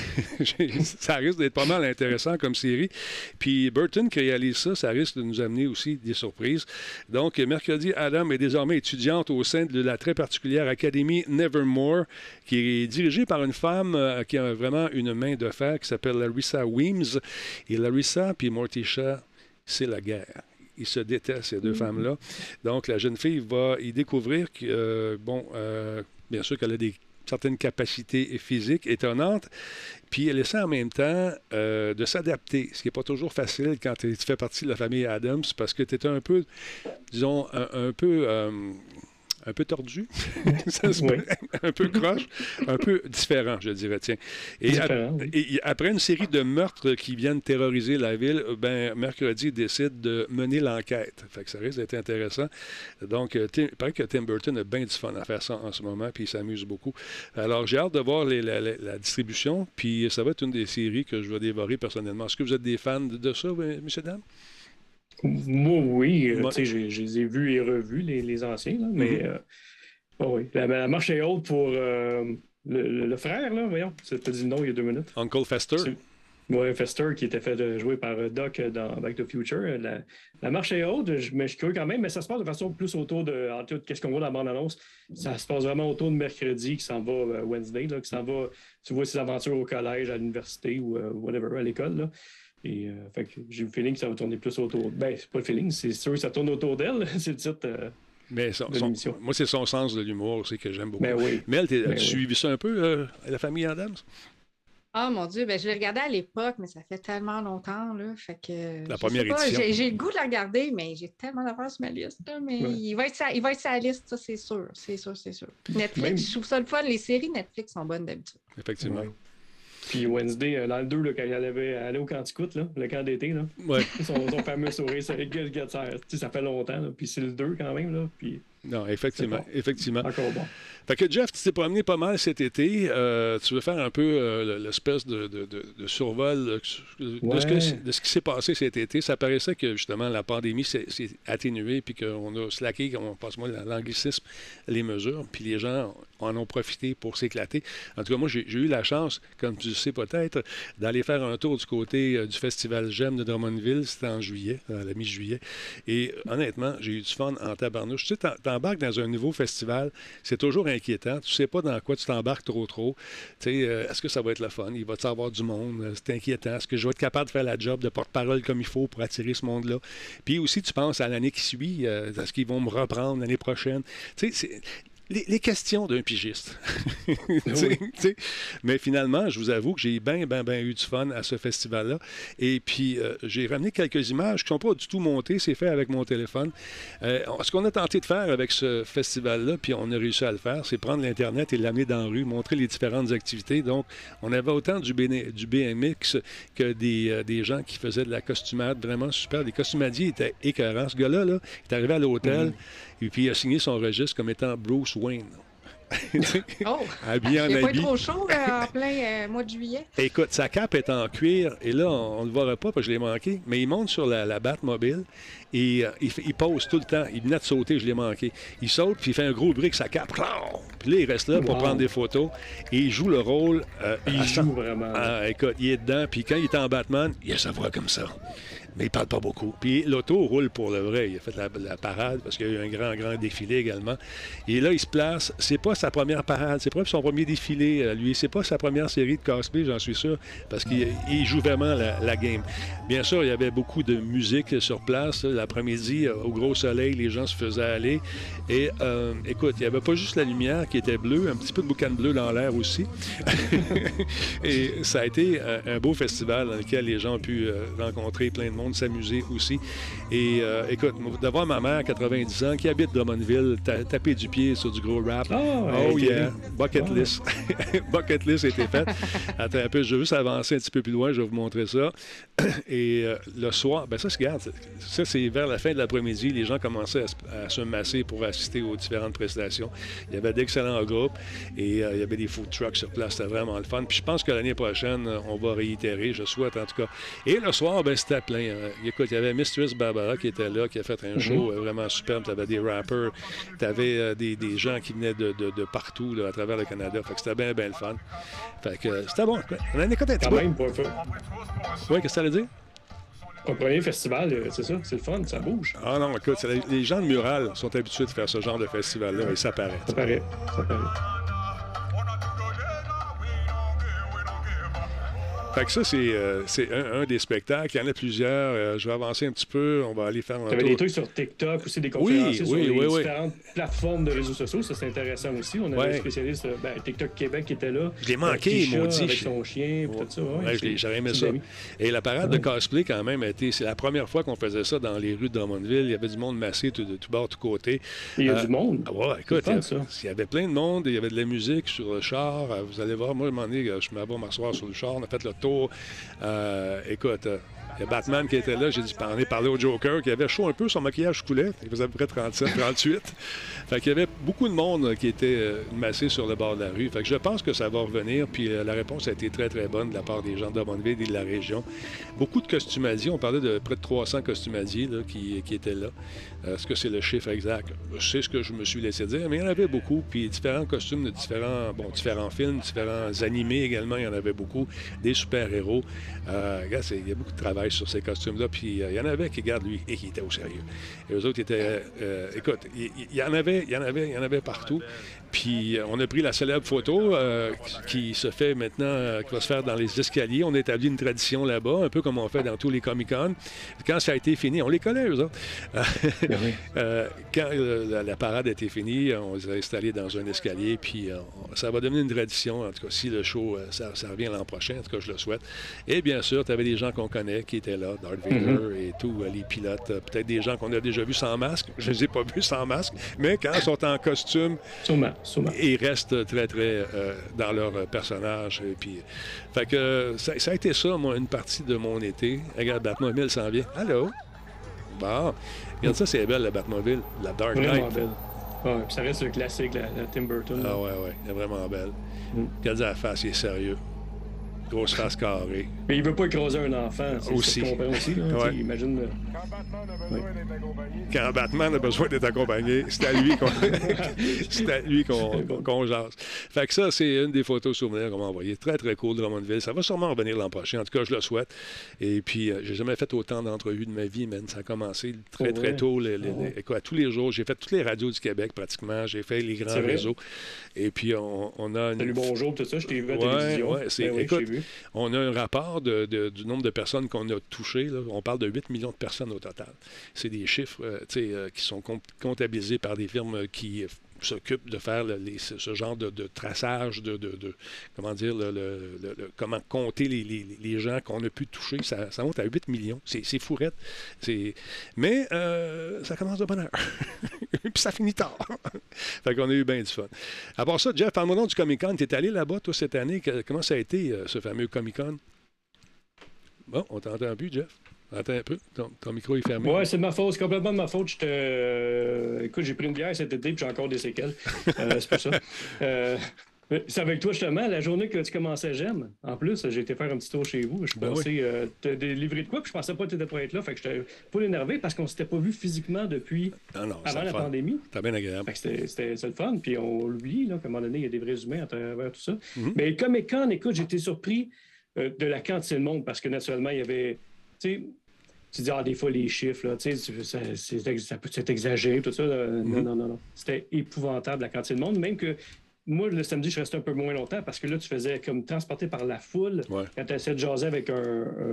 ça risque d'être pas mal intéressant comme série. Puis Burton qui réalise ça, ça risque de nous amener aussi des surprises. Donc, mercredi, Adam est désormais étudiante au sein de la très particulière Académie Nevermore, qui est dirigée par une femme euh, qui a vraiment une main de fer, qui s'appelle Larissa Weems. Et Larissa puis Morticia, c'est la guerre. Ils se détestent, ces deux mmh. femmes-là. Donc, la jeune fille va y découvrir que, euh, bon, euh, bien sûr qu'elle a des certaines capacités physiques étonnantes, puis elle essaie en même temps euh, de s'adapter, ce qui n'est pas toujours facile quand tu fais partie de la famille Adams, parce que tu es un peu, disons, un, un peu... Euh, un peu tordu, ça se oui. un peu croche, un peu différent, je dirais, tiens. Et, différent, a, oui. et après une série de meurtres qui viennent terroriser la ville, ben, mercredi, il décide de mener l'enquête. Fait que ça risque d'être intéressant. Donc, Tim, il paraît que Tim Burton a bien du fun à faire ça en ce moment, puis il s'amuse beaucoup. Alors, j'ai hâte de voir les, la, la, la distribution, puis ça va être une des séries que je vais dévorer personnellement. Est-ce que vous êtes des fans de, de ça, messieurs, dames? Moi, oui. Euh, tu sais, je, je les ai vus et revus, les, les anciens, là, mais mm-hmm. euh, oh oui. La, la marche est haute pour euh, le, le, le frère, là, voyons. Tu as dit le nom il y a deux minutes. Uncle Fester. Oui, Fester, qui était fait jouer par Doc dans Back to the Future. La, la marche est haute, je, mais je suis curieux quand même, mais ça se passe de façon plus autour de, en tout, qu'est-ce qu'on voit dans la bande-annonce, ça se passe vraiment autour de mercredi, qui s'en va euh, Wednesday, là, qui s'en va, tu vois ses aventures au collège, à l'université ou euh, whatever, à l'école, là. Et euh, fait que j'ai le feeling que ça va tourner plus autour. Ben, c'est pas le feeling, c'est sûr que ça tourne autour d'elle. C'est le titre euh, Mais son, de l'émission. Son, moi, c'est son sens de l'humour aussi que j'aime beaucoup. Ben oui. Mel, as-tu ben suivi oui. ça un peu, euh, la famille Adams? Ah, oh, mon Dieu, ben, je l'ai regardé à l'époque, mais ça fait tellement longtemps, là, fait que... La première pas, édition. J'ai, j'ai le goût de la regarder, mais j'ai tellement d'affaires sur ma liste, là, mais ouais. il, va être sa, il va être sur la liste, ça, c'est sûr, c'est sûr, c'est sûr. Netflix, Même... je trouve ça le fun, les séries Netflix sont bonnes d'habitude. Effectivement. Ouais. Puis Wednesday, euh, dans le deux, là, quand il allait, allait au Canticoute, là, le camp d'été, là, Ouais. son, son fameux sourire, ça, ça fait longtemps. Là, puis c'est le deux quand même. Là, puis... Non, effectivement. Bon. effectivement. Encore bon. Fait que Jeff, tu t'es promené pas mal cet été. Euh, tu veux faire un peu euh, l'espèce de, de, de, de survol de, ouais. ce que, de ce qui s'est passé cet été. Ça paraissait que justement la pandémie s'est atténuée puis qu'on a slacké, on passe-moi l'anglicisme, les mesures, puis les gens en ont profité pour s'éclater. En tout cas, moi, j'ai eu la chance, comme tu le sais peut-être, d'aller faire un tour du côté euh, du Festival Gem de Drummondville. C'était en juillet, à la mi-juillet. Et honnêtement, j'ai eu du fun en tabarnouche. Tu sais, t'embarques dans un nouveau festival, c'est toujours inquiétant. Tu sais pas dans quoi tu t'embarques trop trop. Tu sais, euh, est-ce que ça va être le fun? Il va-tu avoir du monde? C'est inquiétant. Est-ce que je vais être capable de faire la job de porte-parole comme il faut pour attirer ce monde-là? Puis aussi, tu penses à l'année qui suit. Euh, est-ce qu'ils vont me reprendre l'année prochaine? Tu sais, c'est... Les, les questions d'un pigiste. t'sais, t'sais. Mais finalement, je vous avoue que j'ai bien, bien, bien eu du fun à ce festival-là. Et puis, euh, j'ai ramené quelques images qui ne sont pas du tout montées. C'est fait avec mon téléphone. Euh, ce qu'on a tenté de faire avec ce festival-là, puis on a réussi à le faire, c'est prendre l'Internet et l'amener dans la rue, montrer les différentes activités. Donc, on avait autant du, B, du B M X que des, euh, des gens qui faisaient de la costumade vraiment super. Les costumadiers étaient écœurants. Ce gars-là, là, il est arrivé à l'hôtel. Mm-hmm. Et puis, il a signé son registre comme étant Bruce Wayne. Oh! Habillé en il n'est pas habit. trop chaud euh, en plein euh, mois de juillet. Écoute, sa cape est en cuir. Et là, on ne le verra pas parce que je l'ai manqué. Mais il monte sur la, la Batmobile et euh, il, fait, il pose tout le temps. Il venait de sauter, je l'ai manqué. Il saute puis il fait un gros bruit avec sa cape. Puis là, il reste là pour wow. prendre des photos. Et il joue le rôle. Euh, il joue vraiment. Ah, écoute, il est dedans. Puis quand il est en Batman, il a sa voix comme ça. Mais il parle pas beaucoup. Puis l'auto roule pour le vrai. Il a fait la, la parade parce qu'il y a eu un grand, grand défilé également. Et là, il se place. C'est pas sa première parade. C'est pas son premier défilé, lui. C'est pas sa première série de cosplay, j'en suis sûr, parce qu'il il joue vraiment la, la game. Bien sûr, il y avait beaucoup de musique sur place. L'après-midi, au gros soleil, les gens se faisaient aller. Et euh, écoute, il n'y avait pas juste la lumière qui était bleue, un petit peu de boucan bleu dans l'air aussi. Et ça a été un, un beau festival dans lequel les gens ont pu euh, rencontrer plein de monde, s'amuser aussi. Et euh, écoute, d'avoir ma mère, quatre-vingt-dix ans, qui habite Drummondville, taper du pied sur du gros rap. Oh, oh yeah, bucket oh. list. Bucket list a été faite. Attends un peu, je vais juste avancer un petit peu plus loin, je vais vous montrer ça. Et euh, le soir, ben ça, regarde, ça, c'est vers la fin de l'après-midi, les gens commençaient à, à se masser pour assister aux différentes prestations. Il y avait d'excellents groupes et euh, il y avait des food trucks sur place, c'était vraiment le fun. Puis je pense que l'année prochaine, on va réitérer, je souhaite en tout cas. Et le soir, ben c'était plein. Hein. Écoute, il y avait Mistress Barbara qui était là, qui a fait un show mm-hmm. vraiment superbe. Tu avais des rappers, tu avais euh, des, des gens qui venaient de, de, de partout là, à travers le Canada. Fait que c'était bien, bien le fun. Fait que euh, c'était bon. On a écouté un petit peu. Même pour... Oui, qu'est-ce que ça veut dire? Au premier festival, c'est ça, c'est le fun, ça bouge. Ah non, écoute, les gens de Mural sont habitués de faire ce genre de festival-là et ça paraît. Ça paraît, ça paraît. Fait que ça, c'est euh, un, un des spectacles. Il y en a plusieurs. Euh, je vais avancer un petit peu. On va aller faire un tour. Il y avait des trucs sur TikTok aussi, des conférences oui, sur oui, les oui, différentes oui. plateformes de réseaux sociaux. Ça, c'est intéressant aussi. On avait ouais. un spécialiste, ben, TikTok Québec qui était là. Je l'ai manqué, maudit. Avec son chien, ouais. tout ça. Ouais, ouais, J'aurais aimé ça. Amis. Et la parade ouais. de cosplay, quand même, a été... C'est la première fois qu'on faisait ça dans les rues de Drummondville. Il y avait du monde massé tout, de tout bord, de tout côté. Il y a euh, du monde. Ah ouais, écoute, il y, avait, il y avait plein de monde. Il y avait de la musique sur le char. Vous allez voir, moi, à un moment donné, je m'avais m'asseoir sur le char. On a fait le tour. Euh, écoute, euh, il y a Batman qui était là. J'ai dit, on est parlé au Joker, qui avait chaud un peu, son maquillage coulait. Il faisait à peu près trente-sept, trente-huit. Fait qu'il y avait beaucoup de monde qui était euh, massé sur le bord de la rue. Fait que je pense que ça va revenir. Puis euh, la réponse a été très, très bonne de la part des gens de Drummondville et de la région. Beaucoup de costumadiers. On parlait de près de trois cents costumadiers là, qui, qui étaient là. Euh, Est-ce que c'est le chiffre exact? C'est ce que je me suis laissé dire. Mais il y en avait beaucoup. Puis différents costumes de différents, bon, différents films, différents animés également. Il y en avait beaucoup. Des super-héros. Euh, regarde, il y a beaucoup de travail sur ces costumes-là. Puis euh, il y en avait qui, regarde, lui, et qui étaient au sérieux. Et eux autres étaient... Euh, écoute, il, il y en avait, il y en avait, il y en avait partout. Puis euh, on a pris la célèbre photo euh, qui se fait maintenant, euh, qui va se faire dans les escaliers. On a établi une tradition là-bas, un peu comme on fait dans tous les Comic-Con. Quand ça a été fini, on les connaît, eux autres. Oui. euh, quand euh, la, la parade a été finie, on les a installés dans un escalier, puis euh, ça va devenir une tradition. En tout cas, si le show, euh, ça, ça revient l'an prochain, en tout cas, je le souhaite. Et bien sûr, tu avais des gens qu'on connaît qui qui étaient là, Darth Vader mm-hmm. et tout, les pilotes. Peut-être des gens qu'on a déjà vus sans masque. Je ne les ai pas vus sans masque, mais quand ils sont en costume, sûrement, sûrement. Ils restent très, très euh, dans leur personnage. Et puis, fait que ça, ça a été ça, moi, une partie de mon été. Regarde, Batmobile s'en vient. Allô? Bon. Regarde ça, c'est belle, la Batmobile, la Dark Knight. Vraiment belle. Ouais, puis ça reste le classique, la, la Tim Burton. Ah ouais, ouais, elle est vraiment belle. Mm. Regarde la face, il est sérieux. Grosse face carrée. Mais il veut pas écraser un enfant. Aussi. Ça aussi là, ouais. Imagine. Le... Quand Batman a besoin d'être accompagné. C'est à lui qu'on, c'est à lui qu'on, qu'on jase. Fait que ça, c'est une des photos souvenirs qu'on m'a envoyées. Très, très cool, Drummondville. Ça va sûrement revenir l'an prochain. En tout cas, je le souhaite. Et puis, euh, j'ai jamais fait autant d'entrevues de ma vie, man. Ça a commencé très, oh, très ouais. tôt. Les, les, oh, les, quoi, tous les jours. J'ai fait toutes les radios du Québec, pratiquement. J'ai fait les grands réseaux. Et puis, on, on a... Une... Salut, bonjour, tout ça. Je t'ai vu à la ouais, télévision. Ouais, c'est... Ben oui, écoute, on a un rapport de, de, du nombre de personnes qu'on a touchées. Là. On parle de huit millions de personnes au total. C'est des chiffres euh, euh, qui sont comptabilisés par des firmes qui euh, s'occupent de faire le, les, ce genre de, de traçage, de, de, de comment dire, le, le, le, le, comment compter les, les, les gens qu'on a pu toucher. Ça, ça monte à huit millions. C'est, c'est fourrette. C'est... Mais euh, ça commence de bonne heure. Puis ça finit tard. Fait qu'on a eu bien du fun. À part ça, Jeff, parle-moi donc du Comic-Con. Tu es allé là-bas, toi, cette année. Comment ça a été, euh, ce fameux Comic-Con? Bon, on t'entend plus, Jeff. Attends un peu, ton, ton micro est fermé. Ouais, c'est de ma faute, c'est complètement de ma faute. J'étais, euh... Écoute, j'ai pris une bière cet été, puis j'ai encore des séquelles. Euh, c'est pour ça. Euh... C'est avec toi, justement, la journée que tu commençais J'aime. En plus, j'ai été faire un petit tour chez vous. Je suis ben passé oui. euh, te délivrer de quoi, puis je pensais pas que tu étais pour être là. Fait que j'étais pas énervé parce qu'on s'était pas vu physiquement depuis non, non, avant la fun. pandémie. C'était bien agréable. Fait que c'était, c'était, c'était le fun. Puis on l'oublie, là, qu'à un moment donné, il y a des vrais humains à travers tout ça. Mm-hmm. Mais Comic-Con, écoute, j'ai été surpris euh, de la quantité de monde parce que naturellement, il y avait. Tu sais, tu dis, ah, des fois, les chiffres, là, tu sais, ça, c'est, ça peut être exagéré, tout ça. Mm-hmm. Non, non, non, non. C'était épouvantable, la quantité de monde. Même que. Moi, le samedi, je restais un peu moins longtemps parce que là, tu faisais comme transporter par la foule. Ouais. Quand tu essayais de jaser avec un,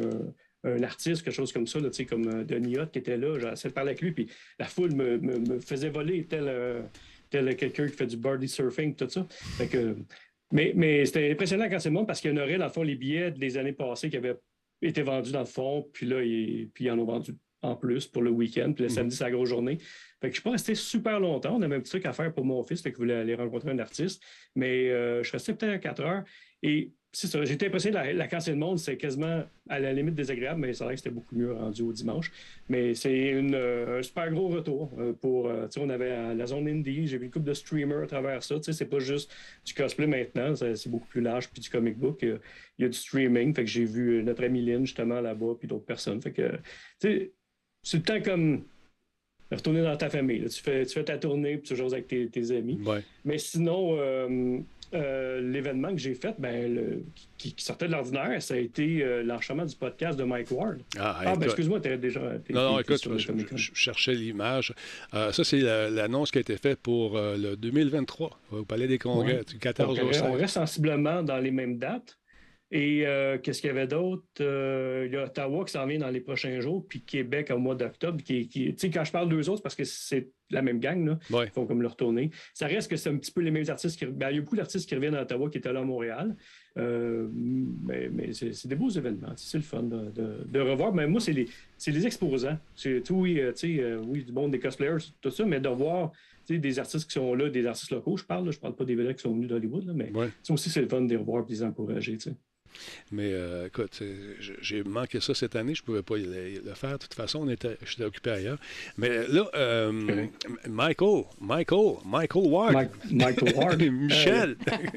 un, un artiste, quelque chose comme ça, là, comme euh, Denis Hott qui était là, j'essayais de parler avec lui, puis la foule me, me, me faisait voler tel, euh, tel quelqu'un qui fait du birdie surfing, tout ça. Fait que, mais, mais c'était impressionnant quand c'est le monde parce qu'il y en aurait, dans le fond, les billets des années passées qui avaient été vendus dans le fond, puis là, ils, puis ils en ont vendu en plus pour le week-end, puis le samedi, c'est la grosse journée. Fait que je suis pas resté super longtemps. On avait un petit truc à faire pour mon fils, fait qu'il voulait aller rencontrer un artiste. Mais euh, je suis resté peut-être quatre heures. Et c'est ça, j'étais impressionné de la, la quantité de monde, c'est quasiment à la limite désagréable, mais c'est vrai que c'était beaucoup mieux rendu au dimanche. Mais c'est une, euh, un super gros retour euh, pour, euh, tu sais, on avait euh, la zone indie, j'ai vu une couple de streamers à travers ça, tu sais, c'est pas juste du cosplay maintenant, c'est, c'est beaucoup plus large, puis du comic book, il y, y a du streaming, fait que j'ai vu notre ami Lynn justement là-bas, puis d'autres personnes, fait que, tu sais, c'est le temps comme retourner dans ta famille, là. Tu, fais, tu fais ta tournée, puis tu joues avec tes, tes amis. Ouais. Mais sinon, euh, euh, l'événement que j'ai fait, ben, le, qui, qui sortait de l'ordinaire, ça a été euh, l'enregistrement du podcast de Mike Ward. Ah, ah ben excuse-moi, tu déjà... T'es, non, non, t'es, écoute, je, je, je cherchais l'image. Euh, ça, c'est la, l'annonce qui a été faite pour euh, le deux mille vingt-trois, au Palais des Congrès, ouais. du quatorze au seize. On reste sensiblement dans les mêmes dates. Et euh, qu'est-ce qu'il y avait d'autre? Euh, il y a Ottawa qui s'en vient dans les prochains jours, puis Québec au mois d'octobre. Qui, qui, tu sais, quand je parle d'eux autres, c'est parce que c'est la même gang, là. Ouais. Ils font comme le retourner. Ça reste que c'est un petit peu les mêmes artistes. Qui, ben, il y a beaucoup d'artistes qui reviennent à Ottawa qui étaient là à Montréal. Euh, mais mais c'est, c'est des beaux événements. C'est le fun de, de, de revoir. Mais moi, c'est les, c'est les exposants. C'est, oui, euh, tu sais, euh, oui, du monde des cosplayers, tout ça, mais de voir des artistes qui sont là, des artistes locaux, je parle. Là, je parle pas des vedettes qui sont venus d'Hollywood, là, mais ouais. aussi, c'est le fun de les revoir et de les encourager, tu sais. Mais euh, écoute, j'ai manqué ça cette année, je ne pouvais pas le, le faire. De toute façon, on était, j'étais occupé ailleurs. Mais là, euh, okay. Michael, Michael, Michael Ward. Mike, Michael Ward. Michel.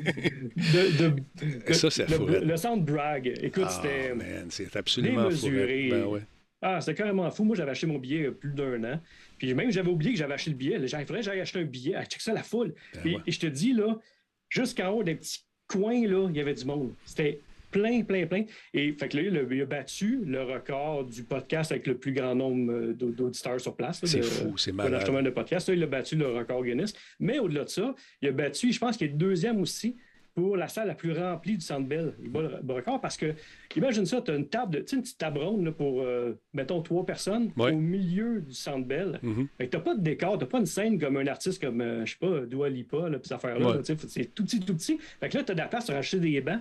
de, de, ça, c'est le, fou. Le, le sound brag, écoute, ah, c'était man, c'est absolument démesuré. Ben, ouais. Ah, c'était carrément fou. Moi, j'avais acheté mon billet il y a plus d'un an. Puis même, j'avais oublié que j'avais acheté le billet. Il faudrait que j'aille acheter un billet. Ah, check ça, la foule. Ben, et, ouais. et je te dis, là, jusqu'en haut des petits coins, là, il y avait du monde. C'était plein, plein, plein. Et fait que là, il a battu le record du podcast avec le plus grand nombre d'auditeurs sur place. Là, c'est de, fou, c'est malade. Pour de podcast. Là, il a battu le record Guinness. Mais au-delà de ça, il a battu, je pense qu'il est deuxième aussi pour la salle la plus remplie du Centre Bell. Il bat le, le record parce que, imagine ça, tu as une table, de, tu sais, une petite table ronde là, pour, euh, mettons, trois personnes ouais. au milieu du Centre Bell. Mm-hmm. Fait que t'as pas de décor, t'as pas une scène comme un artiste comme, euh, je sais pas, Dua Lipa, là, pis cette affaire-là. Ouais. Là, c'est tout petit, tout petit. Fait que là, t'as de la place pour acheter des bancs.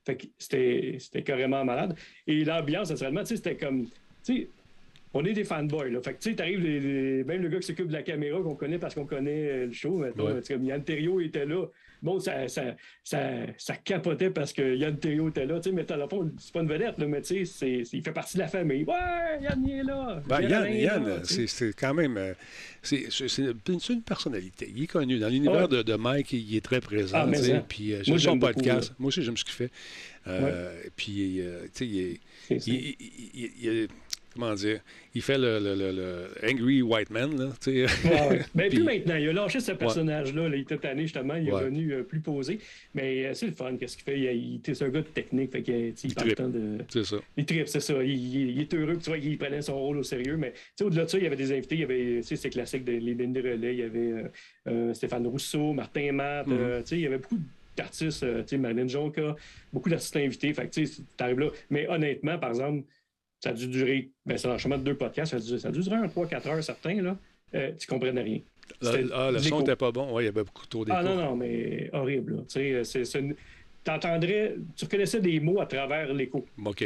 Fait que c'était, c'était carrément malade. Et l'ambiance, naturellement, tu sais, c'était comme... Tu sais, on est des fanboys, là. Fait que, tu sais, t'arrives, les, les, même le gars qui s'occupe de la caméra, qu'on connaît parce qu'on connaît le show, maintenant, ouais. Comme Yann Terriot était là. Bon, ça, ça, ça, ça capotait parce que Yann Terriot était là, tu sais, mais à la fin, c'est pas une vedette, là, mais tu sais, il fait partie de la famille. Ouais, Yann, il est là. Ben, Yann, Yann là, c'est, c'est quand même... C'est, c'est, c'est, une, c'est une personnalité. Il est connu. Dans l'univers ouais. de, de Mike, il est très présent. Ah, mais puis, euh, j'aime son podcast. Beaucoup, moi aussi, j'aime ce qu'il fait. Euh, ouais. Puis, euh, tu sais, il est... C'est il, il, il, il, il, comment dire, il fait le, le, le, le Angry White Man, là, tu sais. Ouais, ouais. Ben, puis maintenant, il a lâché ce personnage-là, ouais. là, il était tanné, justement, il est ouais. revenu euh, plus posé, mais euh, c'est le fun, qu'est-ce qu'il fait, il, il, c'est un gars de technique, fait qu'il il, il parle temps de... C'est ça. Il tripe, c'est ça, il, il, il est heureux, tu vois, il prenait son rôle au sérieux, mais, tu sais, au-delà de ça, il y avait des invités, il y avait, tu sais, c'est classique, de, les Bendy Relais, il y avait euh, euh, Stéphane Rousseau, Martin Matt, mm-hmm. euh, tu sais, il y avait beaucoup d'artistes, euh, tu sais, Marilyn Jonca, beaucoup d'artistes invités, fait que, tu sais, t'arrives là, mais honnêtement, par exemple, ça a dû durer, ben, c'est l'enchaînement de deux podcasts, ça a dû, ça a dû durer un trois quatre heures certains, là. Euh, tu comprenais rien. C'était ah, le son n'était pas bon, oui, il y avait beaucoup trop d'écho. Ah non, non, mais horrible, là. Tu sais, c'est, c'est une... t'entendrais, tu reconnaissais des mots à travers l'écho. OK.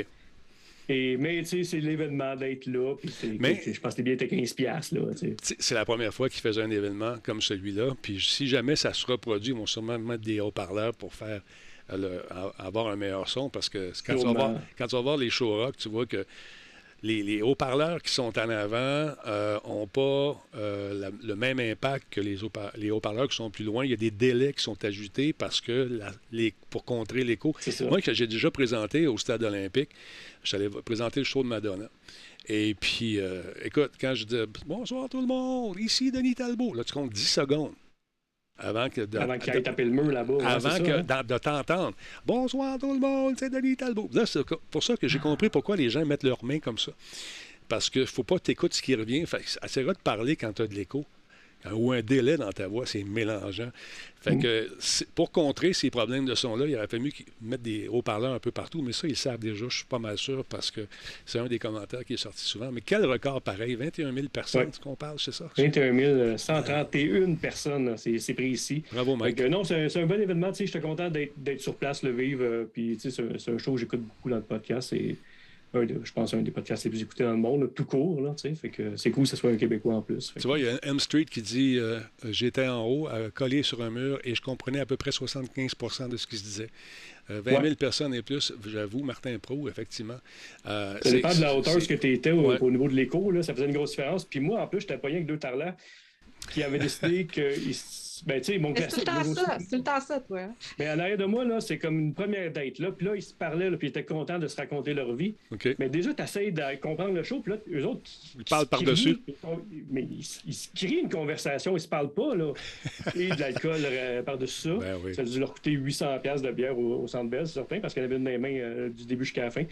Et, mais, tu sais, c'est l'événement d'être là, puis c'est, mais, je pense que les billets étaient quinze piastres, là, tu sais. C'est la première fois qu'ils faisaient un événement comme celui-là, puis si jamais ça se reproduit, ils vont sûrement mettre des haut-parleurs pour faire... Le, avoir un meilleur son, parce que quand tu, vas voir, quand tu vas voir les show rock, tu vois que les, les haut-parleurs qui sont en avant n'ont euh, pas euh, la, le même impact que les, haut- les haut-parleurs qui sont plus loin. Il y a des délais qui sont ajoutés parce que la, les, pour contrer l'écho. Moi, que j'ai déjà présenté au Stade olympique, j'allais présenter le show de Madonna. Et puis, euh, écoute, quand je dis « Bonsoir tout le monde, ici Denis Talbot », là, tu comptes dix secondes. Avant, que de, avant qu'il aille taper le mur là-bas. Avant ouais, que, ça, hein? dans, de t'entendre. Bonsoir tout le monde, c'est Denis Talbot. Là, c'est pour ça que j'ai compris pourquoi les gens mettent leurs mains comme ça. Parce qu'il ne faut pas t'écouter ce qui revient. Fait que c'est rare de parler quand tu as de l'écho. Ou un délai dans ta voix, c'est mélangeant. Fait mmh. que pour contrer ces problèmes de son-là, il aurait fallu qu'ils mettent des haut-parleurs un peu partout, mais ça, ils savent déjà, je suis pas mal sûr, parce que c'est un des commentaires qui est sorti souvent. Mais quel record pareil, vingt et un mille personnes, ouais. qu'on parle, c'est ça? vingt et un mille cent trente et une personnes, c'est, c'est précis. Bravo, Mike. Que, non, c'est un, c'est un bon événement, tu sais, j'étais content d'être, d'être sur place, le vivre, euh, puis tu sais, c'est, c'est un show que j'écoute beaucoup dans le podcast, c'est... Un de, je pense un des podcasts les plus écoutés dans le monde, là, tout court, là, tu sais, fait que c'est cool que ce soit un Québécois en plus. Tu vois, il y a M Street qui dit euh, j'étais en haut, euh, collé sur un mur, et je comprenais à peu près soixante-quinze pour cent de ce qui se disait. Euh, vingt mille ouais. personnes et plus, j'avoue, Martin Pro, effectivement. Euh, ça dépend de la hauteur de ce que tu étais au, ouais. au niveau de l'écho, là, ça faisait une grosse différence. Puis moi, en plus, j'étais pas rien que deux tarlats qui avaient décidé que... Ben, tu sais, mon classique. C'est tout le temps ça, c'est tout le temps ça, toi. Mais en arrière de moi, là, c'est comme une première date, là. Puis là, ils se parlaient, là, puis ils étaient contents de se raconter leur vie. Okay. Mais déjà, tu essaies de comprendre le show, puis là, eux autres. Ils parlent par-dessus. Mais ils, ils se crient une conversation, ils se parlent pas, là. Et de l'alcool euh, par-dessus ça. Ben oui. Ça a dû leur coûter huit cents dollars de bière au, au Centre Bell, c'est certain, parce qu'elle avait une dans les mains euh, du début jusqu'à la fin.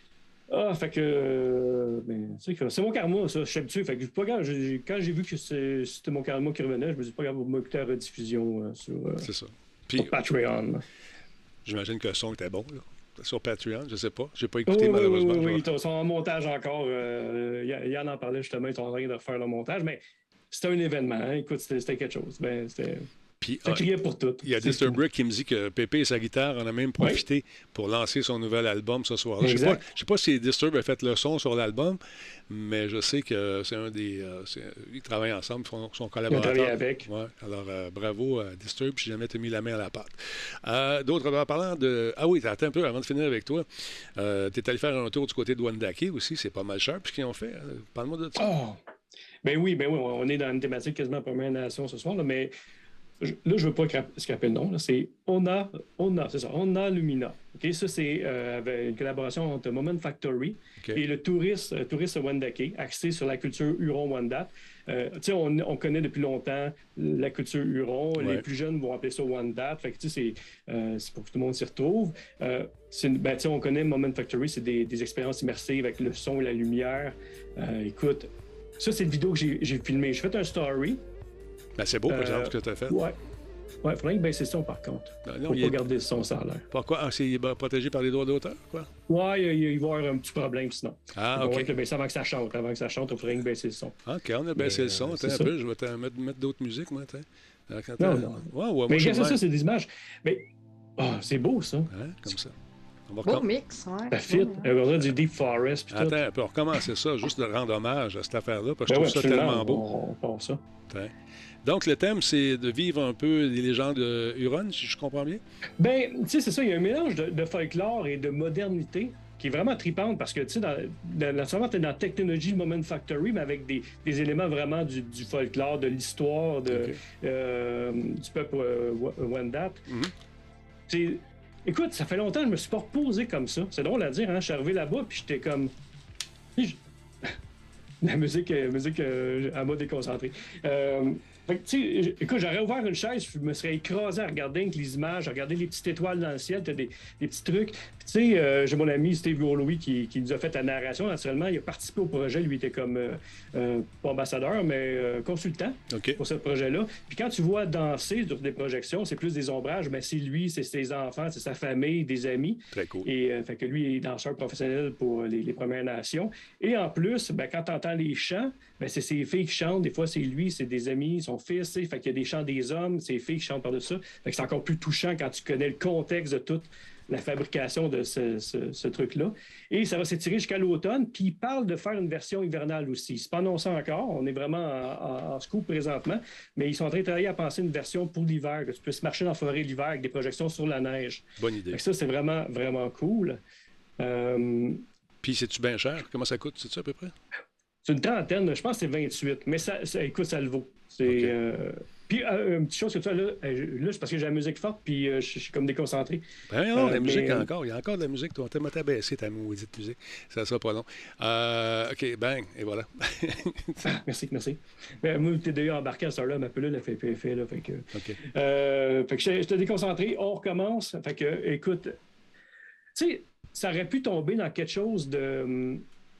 Ah, fait que. Euh, ben, tu sais, c'est mon karma, ça. Je suis habitué. Fait que pas grave. J'ai, quand j'ai vu que c'est, c'était mon karma qui revenait, je me dis pas grave, vous m'écouter à la rediffusion euh, sur, euh, c'est ça. Puis, sur Patreon. J'imagine que le son était bon, là. Sur Patreon, je sais pas. J'ai pas écouté, oh, malheureusement. Oui, oui, oui. Ils sont en montage encore. Euh, Yann en parlait justement. Ils sont en train de refaire le montage. Mais c'était un événement. Hein. Écoute, c'était, c'était quelque chose. Ben, c'était. Puis, ça criait pour tout. Il y a Disturbrick qui me dit que Pépé et sa guitare en a même profité oui. pour lancer son nouvel album ce soir-là. Je ne sais, sais pas si Disturb a fait le son sur l'album, mais je sais que c'est un des... Euh, c'est, ils travaillent ensemble, ils font, sont collaborateurs. Ils ont travaillé avec. Ouais, alors, euh, bravo à Disturb, si jamais tu as mis la main à la pâte. Euh, d'autres, en parlant de... Ah oui, attends un peu avant de finir avec toi. Euh, tu es allé faire un tour du côté de Wendake aussi, c'est pas mal cher, puis ce qu'ils ont fait. Parle-moi de ça. Oh! Ben oui, ben oui, on est dans une thématique quasiment Première Nation ce soir, là, mais... Là, je ne veux pas scraper le nom. Là. C'est Ona, Ona, c'est ça, Ona Lumina. Okay? Ça, c'est euh, avec une collaboration entre Moment Factory okay. et le touriste, euh, touriste Wendake, axé sur la culture Huron-Wendat. Euh, on, on connaît depuis longtemps la culture Huron. Ouais. Les plus jeunes vont appeler ça Wendat. Fait que, c'est, euh, c'est pour que tout le monde s'y retrouve. Euh, c'est une, ben, on connaît Moment Factory, c'est des, des expériences immersives avec le son et la lumière. Euh, écoute, ça, c'est une vidéo que j'ai, j'ai filmée. J'ai fait un story. Ben, c'est beau, par exemple, euh, ce que tu as fait. Oui. Ouais, il faudrait que baisser le son, par contre. Il ne faut pas est... garder le son, ça a l'air. Pourquoi? Ah, c'est protégé par les droits d'auteur, quoi? Oui, il, il va y avoir un petit problème, sinon. Ah, OK. Le baisser avant que ça chante. Avant que ça chante, il faudrait que baisser le son. OK, on a baissé Mais, le son. Attends un ça. peu, je vais te mettre, mettre d'autres musiques, moi. Non, non. Ouais, ouais, Mais regarde ça, c'est des images. Mais oh, c'est beau, ça. Hein, comme ça. On va Beau recom- mix, ouais. Ça fit. On a du Deep Forest. Puis tout. Attends, on peut recommencer ça, juste de rendre hommage à cette affaire-là, parce que Ben je trouve ouais, ça absolument, tellement beau. On, on part ça. Ouais. Donc, le thème, c'est de vivre un peu les légendes de Huron, si je comprends bien. Ben, tu sais, c'est ça, il y a un mélange de, de folklore et de modernité qui est vraiment tripante parce que, tu sais, dans, dans, dans, souvent, t'es dans Technology Moment Factory, mais avec des, des éléments vraiment du, du folklore, de l'histoire, de, Okay. euh, du peuple euh, Wendat. Mhm. C'est- Écoute, ça fait longtemps que je me suis pas reposé comme ça. C'est drôle à dire, hein? Je suis arrivé là-bas, puis j'étais comme... Je- La musique, euh, musique euh, elle m'a déconcentré. Euh, fait que, tu sais, écoute, j'aurais ouvert une chaise, je me serais écrasé à regarder avec les images, à regarder les petites étoiles dans le ciel, t'as des, des petits trucs. Puis, tu sais, euh, j'ai mon ami Steve Gouloui qui, qui nous a fait la narration. Naturellement, il a participé au projet. Lui, il était comme, euh, euh, pas ambassadeur, mais euh, consultant OK. pour ce projet-là. Puis quand tu vois danser sur des projections, c'est plus des ombrages, mais c'est lui, c'est ses enfants, c'est sa famille, des amis. Très cool. Et euh, fait que lui est danseur professionnel pour les, les Premières Nations. Et en plus, ben, quand tu entends les chants, ben, c'est ses filles qui chantent. Des fois, c'est lui, c'est des amis, son fils. T'sais. Fait qu'il y a des chants des hommes, c'est les filles qui chantent par-dessus ça. Fait que c'est encore plus touchant quand tu connais le contexte de toute la fabrication de ce, ce, ce truc-là. Et ça va s'étirer jusqu'à l'automne. Puis il parle de faire une version hivernale aussi. C'est pas annoncé encore. On est vraiment en, en, en scoop présentement. Mais ils sont en train de travailler à penser une version pour l'hiver, que tu puisses marcher dans la forêt l'hiver avec des projections sur la neige. Bonne idée. Fait que ça, c'est vraiment, vraiment cool. Euh, Puis, c'est-tu bien cher? Comment ça coûte? C'est-tu à peu près? c'est une trentaine, je pense que c'est vingt-huit. Mais ça, ça écoute, ça le vaut. C'est, Ok. euh, Puis, euh, une petite chose que tu as là, euh, là, c'est parce que j'ai la musique forte, puis euh, je je suis comme déconcentré. Ben non, la Euh, musique mais- encore. Il y a encore de la musique. Toi, t'as t'as baissé ta maudite musique. Ça sera pas long. Euh, OK, bang, et voilà. Merci, merci. Mais moi, t'es déjà embarqué à ce là ma pelule a fait fait, fait, là, fait que... OK. Euh, fait que je j'étais déconcentré, on recommence. Fait que, écoute, tu sais, ça aurait pu tomber dans quelque chose de... hum,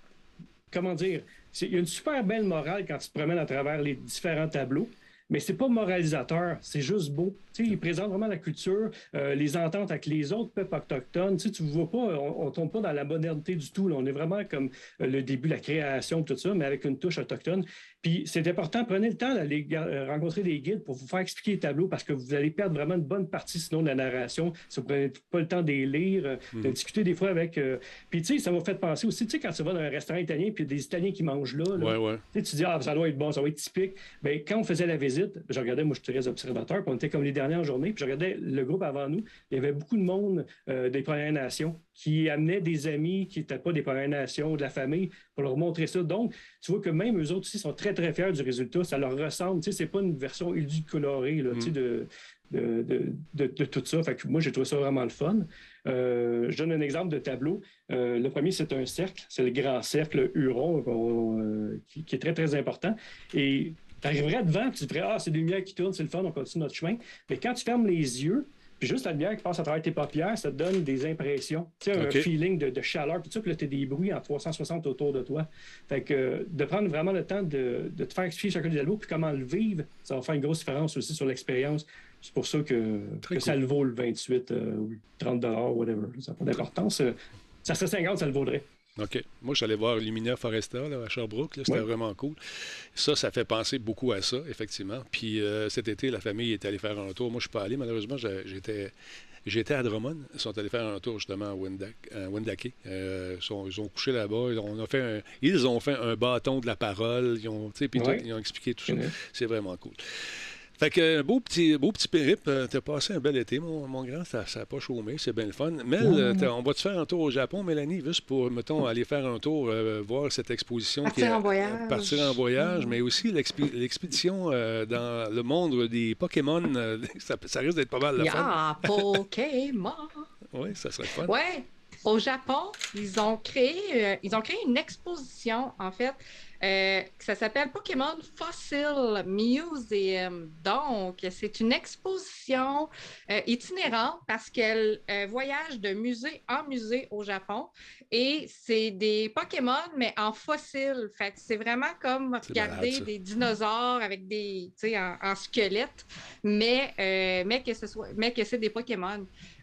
Comment dire? C'est- Il y a une super belle morale quand tu te promènes à travers les différents tableaux, mais c'est pas moralisateur, c'est juste beau. Tu sais, il présente vraiment la culture, euh, les ententes avec les autres peuples autochtones. Tu sais, tu vois pas, on, on tombe pas dans la modernité du tout. Là. On est vraiment comme euh, le début, la création, tout ça, mais avec une touche autochtone. Puis c'est important, prenez le temps d'aller ga- euh, rencontrer des guides pour vous faire expliquer les tableaux parce que vous allez perdre vraiment une bonne partie sinon de la narration. Si vous prenez pas le temps de les lire, euh, de discuter des fois avec. euh, Puis tu sais, ça m'a fait penser aussi, tu sais, quand tu vas dans un restaurant italien puis il y a des Italiens qui mangent là, là, Ouais, ouais. tu sais, tu dis, ah, ça doit être bon, ça va être typique. Bien, quand on faisait la visite, je regardais, moi, je suis très observateur, puis on était comme les dernières journées, puis je regardais le groupe avant nous. Il y avait beaucoup de monde euh, des Premières Nations qui amenaient des amis qui n'étaient pas des Premières Nations ou de la famille pour leur montrer ça. Donc, tu vois que même eux autres aussi sont très, très fiers du résultat. Ça leur ressemble. Tu sais, c'est pas une version édulcorée, là, tu sais, de, de, de, de, de tout ça. Fait que moi, j'ai trouvé ça vraiment le fun. Euh, je donne un exemple de tableau. Euh, le premier, c'est un cercle. C'est le grand cercle Huron qu'on, euh, qui, qui est très, très important. Et tu arriverais devant, puis tu te dirais, ah, c'est des lumières qui tournent, c'est le fun, on continue notre chemin. Mais quand tu fermes les yeux, puis juste la lumière qui passe à travers tes paupières, ça te donne des impressions. Tu sais, un OK. feeling de, de chaleur, puis tout ça, puis là, tu as des bruits en trois cent soixante autour de toi. Fait que euh, de prendre vraiment le temps de, de te faire expliquer chacun des tableaux, puis comment le vivre, ça va faire une grosse différence aussi sur l'expérience. C'est pour ça que, Très que ça cool. le vaut le vingt-huit euh, ou trente dollars, whatever. Ça n'a pas d'importance. Euh, Ça serait cinquante, ça le vaudrait. OK. Moi, je suis allé voir Lumina Foresta là, à Sherbrooke. Là, c'était Ouais. vraiment cool. Ça, ça fait penser beaucoup à ça, effectivement. Puis euh, cet été, la famille est allée faire un tour. Moi, je ne suis pas allé. Malheureusement, j'ai- j'étais... J'étais à Drummond. Ils sont allés faire un tour justement à Wendac, à Wendake. Euh, ils, sont- ils ont couché là-bas. Ils ont, on a fait un, ils ont fait un bâton de la parole. Ils ont, tu sais, puis Ouais. tout, ils ont expliqué tout ça. Ouais. C'est vraiment cool. Fait que beau petit, beau petit périple. Euh, T'as passé un bel été, mon, mon grand. Ça n'a pas chômé. C'est bien le fun. Mel, Ouais. euh, t'as- on va te faire un tour au Japon, Mélanie, juste pour, mettons, aller faire un tour, euh, voir cette exposition. Partir qui est- en voyage. Partir en voyage, mais aussi l'expi- l'expédition euh, dans le monde des Pokémon. euh, ça, ça risque d'être pas mal le fun. Yeah, Pokémon! Oui, ça serait le fun. Ouais, au Japon, ils ont créé, euh, ils ont créé une exposition, en fait, euh, que ça s'appelle Pokémon Fossil Museum. Donc, c'est une exposition euh, itinérante parce qu'elle euh, voyage de musée en musée au Japon. Et c'est des Pokémon, mais en fossiles. Fait que c'est vraiment comme C'est regarder malade, ça. des dinosaures avec des, tu sais, en, en squelette, mais, euh, mais que ce soit, mais que c'est des Pokémon.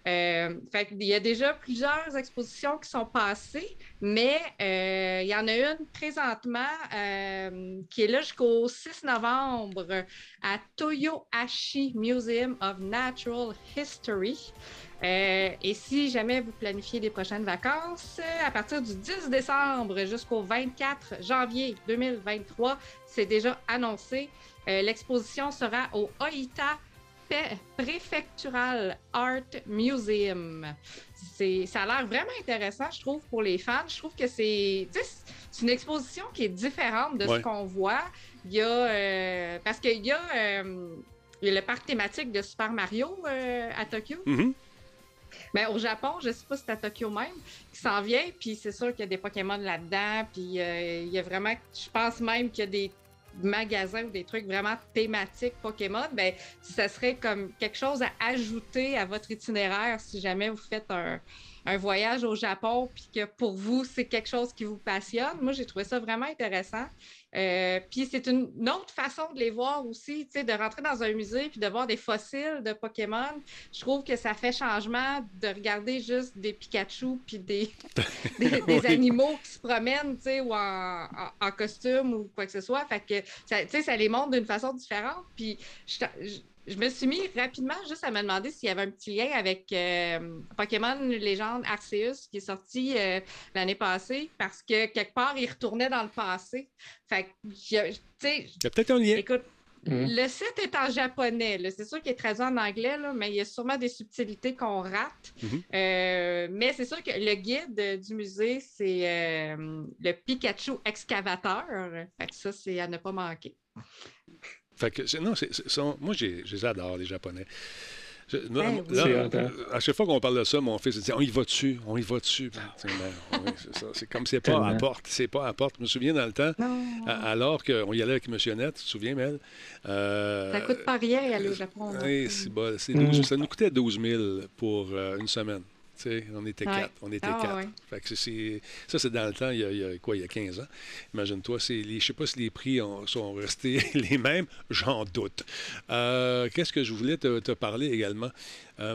Euh, fait qu'il y a déjà plusieurs expositions qui sont passées, mais euh, il y en a une présentement euh, qui est là jusqu'au six novembre à Toyohashi Museum of Natural History. Euh, et si jamais vous planifiez des prochaines vacances, à partir du dix décembre jusqu'au vingt-quatre janvier deux mille vingt-trois, c'est déjà annoncé. Euh, l'exposition sera au Oita Prefectural Art Museum. C'est, ça a l'air vraiment intéressant, je trouve, pour les fans. Je trouve que c'est, c'est une exposition qui est différente de ouais. ce qu'on voit. Il y a, euh, parce qu'il y a, euh, il y a le parc thématique de Super Mario euh, à Tokyo. Mm-hmm. Ben, au Japon, je ne sais pas si c'est à Tokyo même, qui s'en vient, puis c'est sûr qu'il y a des Pokémon là-dedans, puis euh, il y a vraiment, je pense même qu'il y a des magasins ou des trucs vraiment thématiques Pokémon, ben ça serait comme quelque chose à ajouter à votre itinéraire si jamais vous faites un, un voyage au Japon, puis que pour vous, c'est quelque chose qui vous passionne. Moi, j'ai trouvé ça vraiment intéressant. Euh, puis c'est une, une autre façon de les voir aussi, tu sais, de rentrer dans un musée puis de voir des fossiles de Pokémon. Je trouve que ça fait changement de regarder juste des Pikachu puis des, des, des oui. animaux qui se promènent, tu sais, ou en, en, en costume ou quoi que ce soit. Fait que, ça, tu sais, ça les montre d'une façon différente. Puis je, je Je me suis mis rapidement juste à me demander s'il y avait un petit lien avec euh, Pokémon Légende Arceus qui est sorti euh, l'année passée parce que quelque part, il retournait dans le passé. Fait que, tu sais... Il y a peut-être un lien. Écoute, mm-hmm. le site est en japonais. Là. C'est sûr qu'il est traduit en anglais, là, mais il y a sûrement des subtilités qu'on rate. Mm-hmm. Euh, mais c'est sûr que le guide du musée, c'est euh, le Pikachu excavateur. Fait que ça, c'est à ne pas manquer. Fait que, c'est, non, c'est, c'est, sont, moi, j'ai, je les adore, les Japonais. Je, ben, là, oui. là, à chaque fois qu'on parle de ça, mon fils dit on y va dessus, on y va dessus. Ben, oui, c'est ça. C'est comme c'est pas à porte, c'est pas à porte. Je me souviens dans le temps, à, alors qu'on y allait avec M. Net, tu te souviens, Mel? Euh, ça coûte pas rien aller au Japon. Oui, c'est bon, c'est douze, mm. Ça nous coûtait douze mille pour euh, une semaine. T'sais, on était ouais. quatre. On était ah, quatre. Ouais. Fait que c'est, ça, c'est dans le temps, il y a, il y a quoi, il y a quinze ans. Imagine-toi, c'est les, je ne sais pas si les prix ont, sont restés les mêmes, j'en doute. Euh, qu'est-ce que je voulais te, te parler également? Euh,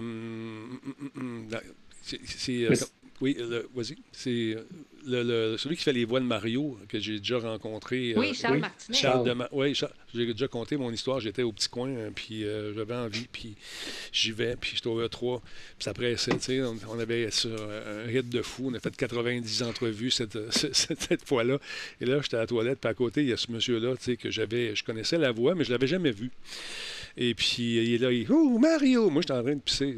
c'est, c'est, euh, oui, le, vas-y. C'est le, le, celui qui fait les voix de Mario, que j'ai déjà rencontré. Oui, Charles euh, Martinet. Charles de Ma- oui, Charles, j'ai déjà conté mon histoire. J'étais au petit coin, puis euh, j'avais envie, puis j'y vais, puis j'étais au E trois, puis ça pressait, tu sais. On, on avait sur un rythme de fou. On a fait quatre-vingt-dix entrevues cette, cette, cette fois-là. Et là, j'étais à la toilette, puis à côté, il y a ce monsieur-là, tu sais, que j'avais, je connaissais la voix, mais je ne l'avais jamais vu. Et puis, il est là, il oh, Mario! Moi, j'étais en train de pisser.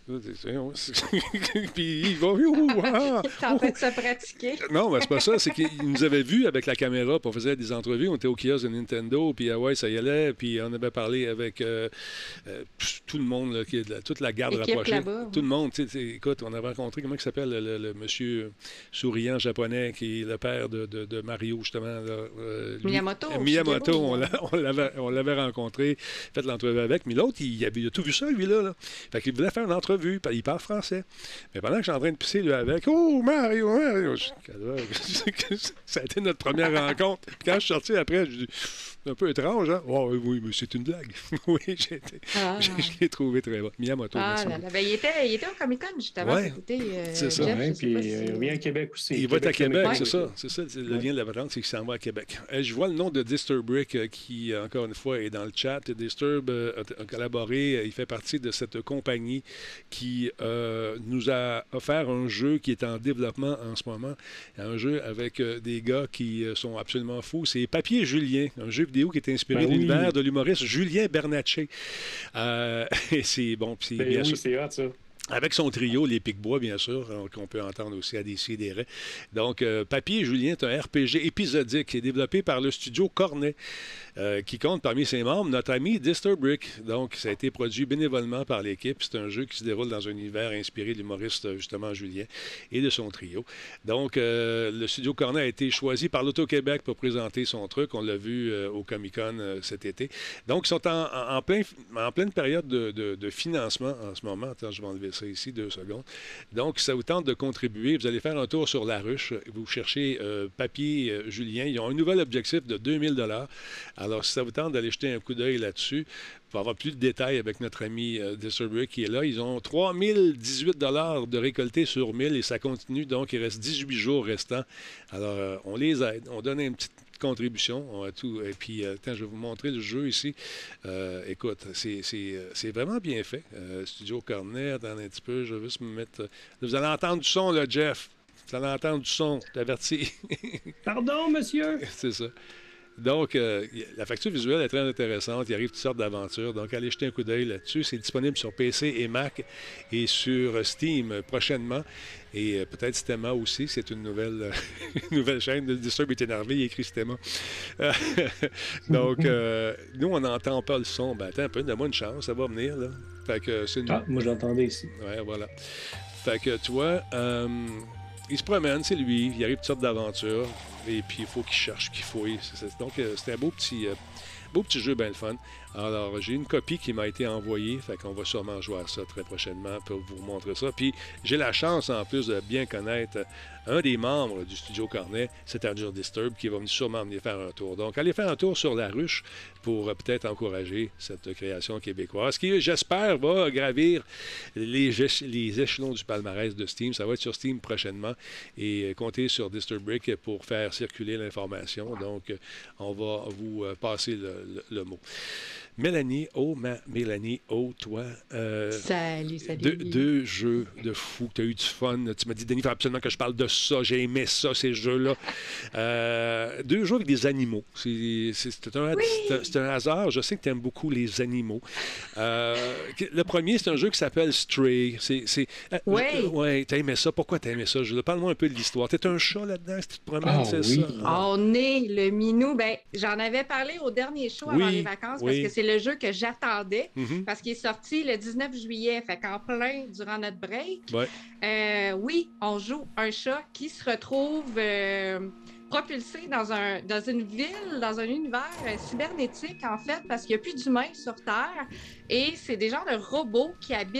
Puis il va. T'es en train de se pratiquer. Non, mais c'est pas ça. C'est qu'il nous avait vus avec la caméra, puis on faisait des entrevues. On était au kiosque de Nintendo, puis ah ouais, ça y allait. Puis on avait parlé avec euh, euh, tout le monde, là, qui est de la, toute la garde rapprochée. Tout le monde. Écoute, on avait rencontré, comment il s'appelle, le, le, le monsieur souriant japonais qui est le père de, de, de Mario, justement. Là, euh, lui, Miyamoto. Euh, Miyamoto, on, l'a, on, l'avait, on l'avait rencontré, fait l'entrevue avec. Mais l'autre, il, il, avait, il a tout vu ça, lui-là. Là. Fait qu'il voulait faire une entrevue. Vu, il parle français. Mais pendant que je suis en train de pisser lui avec, oh Mario, Mario, ça a été notre première rencontre. Puis quand je suis sorti après, je dis, c'est un peu étrange, hein? Oh, oui, mais c'est une blague. Oui, j'ai été, ah. je, je l'ai trouvé très bon. Miyamoto. Ah, là, là. Ben, il, était, il était au Comic-Con, justement. Ouais. Écouté, euh, c'est ça. Jeff, ouais, puis si... il revient à Québec aussi. Il va à Québec, ouais. c'est ça. C'est ça, c'est le lien de la patente, c'est qu'il s'en va à Québec. Euh, je vois le nom de Disturbrick euh, qui, encore une fois, est dans le chat. Disturb euh, a, a collaboré. Il fait partie de cette compagnie qui euh, nous a offert un jeu qui est en développement en ce moment. Un jeu avec euh, des gars qui euh, sont absolument fous. C'est Papier Julien, un jeu vidéo qui est inspiré ben de oui. l'univers de l'humoriste Julien Bernatchez. Euh, et c'est bon, c'est ben bien oui, sûr. C'est hot, ça. Avec son trio, les Pic-Bois, bien sûr, qu'on peut entendre aussi à Décideret. Donc, euh, Papier Julien est un R P G épisodique qui est développé par le studio Cornet, euh, qui compte parmi ses membres notre ami Disturbrick. Donc, ça a été produit bénévolement par l'équipe. C'est un jeu qui se déroule dans un univers inspiré de l'humoriste, justement, Julien, et de son trio. Donc, euh, le studio Cornet a été choisi par l'Auto-Québec pour présenter son truc. On l'a vu euh, au Comic-Con euh, cet été. Donc, ils sont en, en, plein, en pleine période de, de, de financement en ce moment. Attends, je vais enlever ça. ça ici, deux secondes. Donc, ça vous tente de contribuer. Vous allez faire un tour sur La Ruche. Vous cherchez euh, Papier euh, Julien. Ils ont un nouvel objectif de deux mille dollars. Alors, si ça vous tente d'aller jeter un coup d'œil là-dessus, pour avoir plus de détails avec notre ami euh, Disturbic qui est là, ils ont trois mille dix-huit dollars de récoltés sur mille et ça continue. Donc, il reste dix-huit jours restants. Alors, euh, on les aide. On donne une petite contribution. On a tout. Et puis, euh, attends, je vais vous montrer le jeu ici. Euh, écoute, c'est, c'est, c'est vraiment bien fait. Euh, Studio Cornet, attendez un petit peu, je vais juste me mettre... Là, vous allez entendre du son, là, Jeff. Vous allez entendre du son, t'avertis. Pardon, monsieur? C'est ça. Donc, euh, la facture visuelle est très intéressante. Il arrive toutes sortes d'aventures. Donc, allez jeter un coup d'œil là-dessus. C'est disponible sur P C et Mac et sur Steam euh, prochainement. Et euh, peut-être Stema aussi. C'est une nouvelle, euh, une nouvelle chaîne. Le Disturb est énervé. Il écrit Stema. Euh, donc, euh, nous, on n'entend pas le son. Ben, attends un peu. Donne-moi une chance. Ça va venir, là. Fait que c'est une... Ah, moi, j'entendais ici. Ouais, voilà. Fait que, tu vois... Euh, il se promène, c'est lui, il arrive toutes sortes d'aventures, et puis il faut qu'il cherche, qu'il fouille. C'est, c'est, donc, euh, c'est un beau petit, euh, beau petit jeu bien le fun. Alors, j'ai une copie qui m'a été envoyée, fait qu'on va sûrement jouer à ça très prochainement pour vous montrer ça. Puis, j'ai la chance, en plus, de bien connaître un des membres du Studio Cornet, c'est-à-dire Disturb, qui va sûrement venir faire un tour. Donc, allez faire un tour sur La Ruche pour euh, peut-être encourager cette création québécoise, qui, j'espère, va gravir les, les échelons du palmarès de Steam. Ça va être sur Steam prochainement et euh, comptez sur Disturbic pour faire circuler l'information. Donc, euh, on va vous euh, passer le, le, le mot. Mélanie, oh ma Mélanie, oh toi. Euh, salut, salut. Deux, deux jeux de fou, tu as eu du fun. Tu m'as dit, Denis, il faut absolument que je parle de ça. J'ai aimé ça, ces jeux-là. Euh, deux jeux avec des animaux. C'est, c'est, c'est, un, oui. c'est, c'est un hasard. Je sais que tu aimes beaucoup les animaux. Euh, le premier, c'est un jeu qui s'appelle Stray. C'est, c'est, oui. Euh, ouais, tu as aimé ça. Pourquoi tu as aimé ça? Je, parle-moi un peu de l'histoire. Tu es un chat là-dedans, si tu te promènes, oh, c'est oui. ça? On est le minou. Ben, j'en avais parlé au dernier show oui, avant les vacances oui. parce que c'est le jeu que j'attendais mm-hmm. parce qu'il est sorti le dix-neuf juillet, fait qu'en plein durant notre break. Ouais. Euh, oui, on joue un chat qui se retrouve euh, propulsé dans, un, dans une ville, dans un univers euh, cybernétique en fait, parce qu'il n'y a plus d'humains sur Terre et c'est des genres de robots qui habitent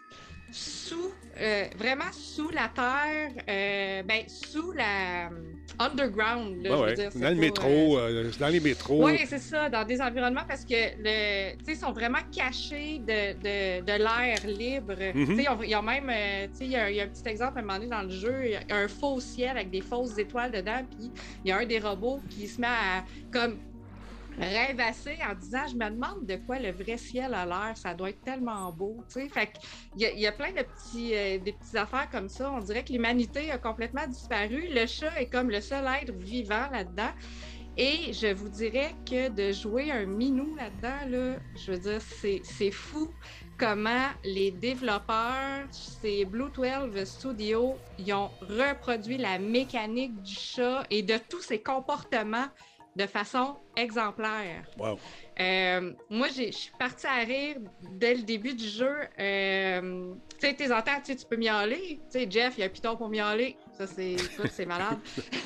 sous, euh, vraiment sous la terre, euh, ben, sous la underground, là, ouais, je veux ouais. dire. Dans pas, le métro, euh, euh, dans les métros. Oui, c'est ça, dans des environnements parce que le, ils sont vraiment cachés de, de, de l'air libre. Mm-hmm. Il y a même, euh, il y, a, y a un petit exemple à un moment donné dans le jeu, il y a un faux ciel avec des fausses étoiles dedans, puis il y a un des robots qui se met à comme rêvasser en disant je me demande de quoi le vrai ciel a l'air, ça doit être tellement beau, tu sais. Fait qu'il y, y a plein de petits euh, des petites affaires comme ça. On dirait que l'humanité a complètement disparu. Le chat est comme le seul être vivant là-dedans. Et je vous dirais que de jouer un minou là-dedans, là, je veux dire, c'est, c'est fou comment les développeurs, c'est Blue douze Studio, ils ont reproduit la mécanique du chat et de tous ses comportements de façon exemplaire. Wow. Euh, moi, je suis partie à rire dès le début du jeu. Euh, tu sais, tes entends, tu peux miauler. Tu sais, Jeff, il y a un piton pour miauler. Ça, c'est, ça, c'est malade.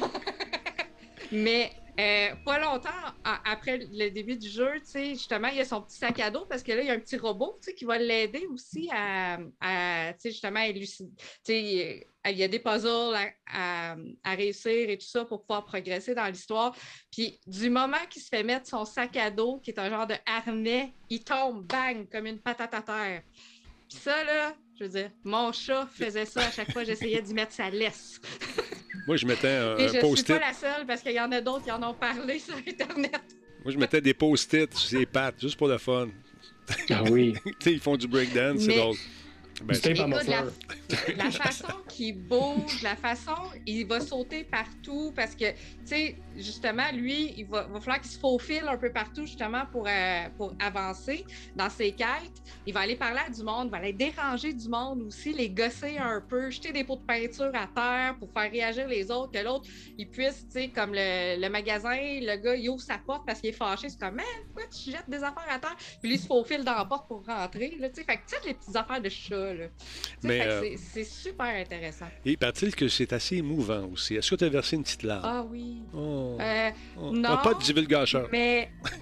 Mais euh, pas longtemps a, après le début du jeu, tu sais, justement, il y a son petit sac à dos parce que là, il y a un petit robot, tu sais, qui va l'aider aussi à, à tu sais, justement, élucider. Tu sais, il y a des puzzles à, à, à réussir et tout ça pour pouvoir progresser dans l'histoire. Puis, du moment qu'il se fait mettre son sac à dos, qui est un genre de harnais, il tombe, bang, comme une patate à terre. Puis ça, là, je veux dire, mon chat faisait ça à chaque fois que j'essayais d'y mettre sa laisse. Moi, je mettais un, Et un je post-it. Je suis pas la seule parce qu'il y en a d'autres qui en ont parlé sur Internet. Moi, je mettais des post-it sur ses pattes, juste pour le fun. Ah oui. Tu sais, ils font du breakdance, c'est Mais... drôle. Ben, écoute, la, la façon qu'il bouge, la façon, il va sauter partout parce que, tu sais, justement, lui, il va, va falloir qu'il se faufile un peu partout, justement, pour, euh, pour avancer dans ses quêtes. Il va aller parler à du monde, il va aller déranger du monde aussi, les gosser un peu, jeter des pots de peinture à terre pour faire réagir les autres, que l'autre, il puisse, tu sais, comme le, le magasin, le gars, il ouvre sa porte parce qu'il est fâché, c'est comme, mais pourquoi tu jettes des affaires à terre? Puis lui, il se faufile dans la porte pour rentrer, là, tu sais. Fait que, tu sais, les petites affaires de chat. Mais euh... c'est, c'est super intéressant. Et paraît-il que c'est assez émouvant aussi. Est-ce que tu as versé une petite larme? Ah oui. Oh. Euh, oh. Non. Ah, pas de divulgacheur. Mais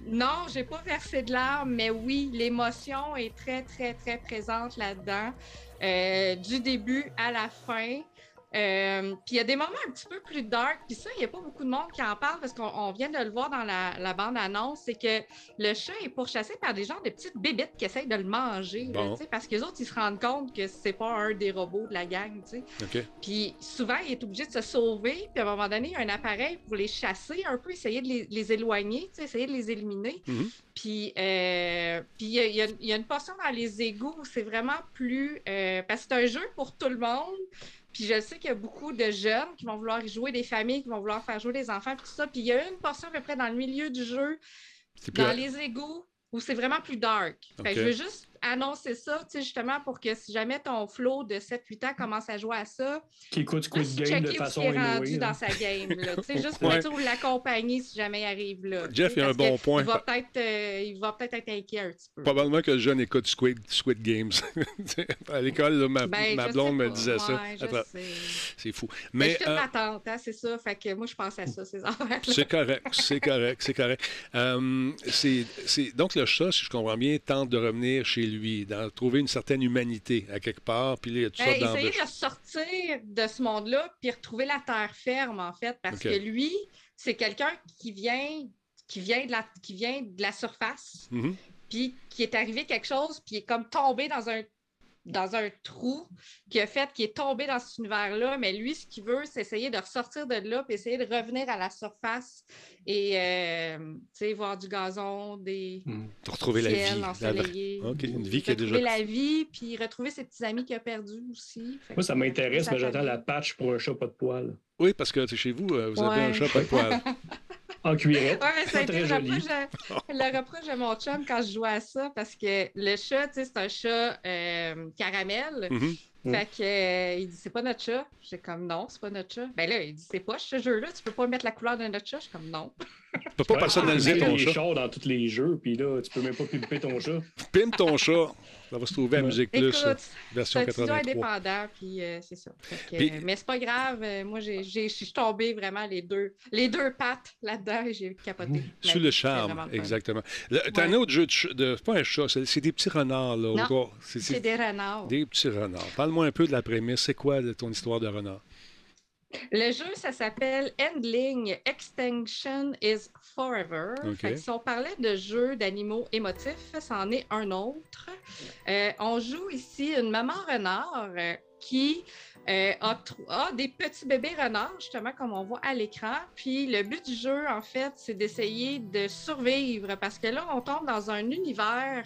Non, j'ai pas versé de larmes, mais oui, l'émotion est très, très, très présente là-dedans, euh, du début à la fin. Euh, puis il y a des moments un petit peu plus dark, puis ça, il n'y a pas beaucoup de monde qui en parle parce qu'on on vient de le voir dans la, la bande-annonce, c'est que le chat est pourchassé par des genres de petites bébites qui essayent de le manger, bon. là, parce que les autres, ils se rendent compte que c'est pas un des robots de la gang, tu sais. OK. Puis souvent, il est obligé de se sauver, puis à un moment donné, il y a un appareil pour les chasser un peu, essayer de les, les éloigner, tu sais, essayer de les éliminer. Mm-hmm. Puis euh, puis il y, y, y a une portion dans les égouts où c'est vraiment plus... Euh, parce que c'est un jeu pour tout le monde. Puis je sais qu'il y a beaucoup de jeunes qui vont vouloir y jouer, des familles qui vont vouloir faire jouer des enfants, puis tout ça. Puis il y a une portion à peu près dans le milieu du jeu, dans plus... les égouts, où c'est vraiment plus dark. Okay. Fait que je veux juste annoncer ça, tu sais, justement, pour que si jamais ton flow de sept huit ans commence à jouer à ça, qui écoute Squid Game de façon rendu anyway, dans hein. sa game, là. Tu sais, juste pour ouais. être sûr de l'accompagner si jamais il arrive là. Jeff, il y a un bon point. Il va peut-être euh, il va peut-être être inquiet un petit peu. Probablement que le jeune écoute Squid, Squid Games. À l'école, là, ma, ben, ma blonde me pas. disait ouais, ça. Attends, c'est fou. Mais, Mais je suis euh... ma tante, hein, c'est ça. Fait que moi, je pense à ça, ces affaires-là. C'est correct, c'est correct, c'est correct. Euh, c'est, c'est... Donc, le chat, si je comprends bien, tente de revenir chez lui, dans, trouver une certaine humanité à quelque part, puis là, il y a tout ça dans essayer de sortir de ce monde-là, puis retrouver la terre ferme, en fait, parce okay. que lui, c'est quelqu'un qui vient, qui vient de la, qui vient de la surface, mm-hmm. puis qui est arrivé quelque chose, puis il est comme tombé dans un dans un trou qui a fait qu'il est tombé dans cet univers-là, mais lui, ce qu'il veut, c'est essayer de ressortir de là puis essayer de revenir à la surface et euh, voir du gazon, des mmh. retrouver la vie. ensoleillés. La... OK, une vie qui est déjà... Retrouver la vie, puis retrouver ses petits amis qu'il a perdus aussi. Fait Moi, ça m'intéresse, mais j'attends la patch pour un chat pas de poils. Oui, parce que chez vous, vous avez ouais. un chat pas de poils. En cuirette. Oui, mais ça a été le reproche, de, le reproche de mon chum quand je jouais à ça, parce que le chat, tu sais, c'est un chat euh, caramel. Mm-hmm. Fait que euh, il dit c'est pas notre chat. J'ai comme non, c'est pas notre chat. Ben là, il dit c'est pas ce jeu-là, tu peux pas mettre la couleur de notre chat. Je suis comme non. Tu peux pas personnaliser ton chat. Il y a des chats dans tous les jeux, puis là, tu peux même pas pimper ton chat. Pimpe ton chat. Ça va se trouver à Musique Plus, Écoute, version c'est un quatre-vingt-trois. indépendant, puis euh, c'est ça. Que, puis, euh, mais c'est pas grave. Euh, moi, j'ai, j'ai, je suis tombée vraiment les deux, les deux pattes là-dedans et j'ai capoté. Sous le charme, exactement. T'as ouais. un autre jeu de, ch- de... pas un chat, c'est, c'est des petits renards, là. Non, encore. C'est, c'est, c'est des renards. Des petits renards. Parle-moi un peu de la prémisse. C'est quoi de ton histoire de renard? Le jeu, ça s'appelle Endling Extinction is Forever. Okay. Fait que si on parlait de jeux d'animaux émotifs, c'en est un autre. Euh, on joue ici une maman renard euh, qui euh, a, a des petits bébés renards, justement, comme on voit à l'écran. Puis le but du jeu, en fait, c'est d'essayer de survivre parce que là, on tombe dans un univers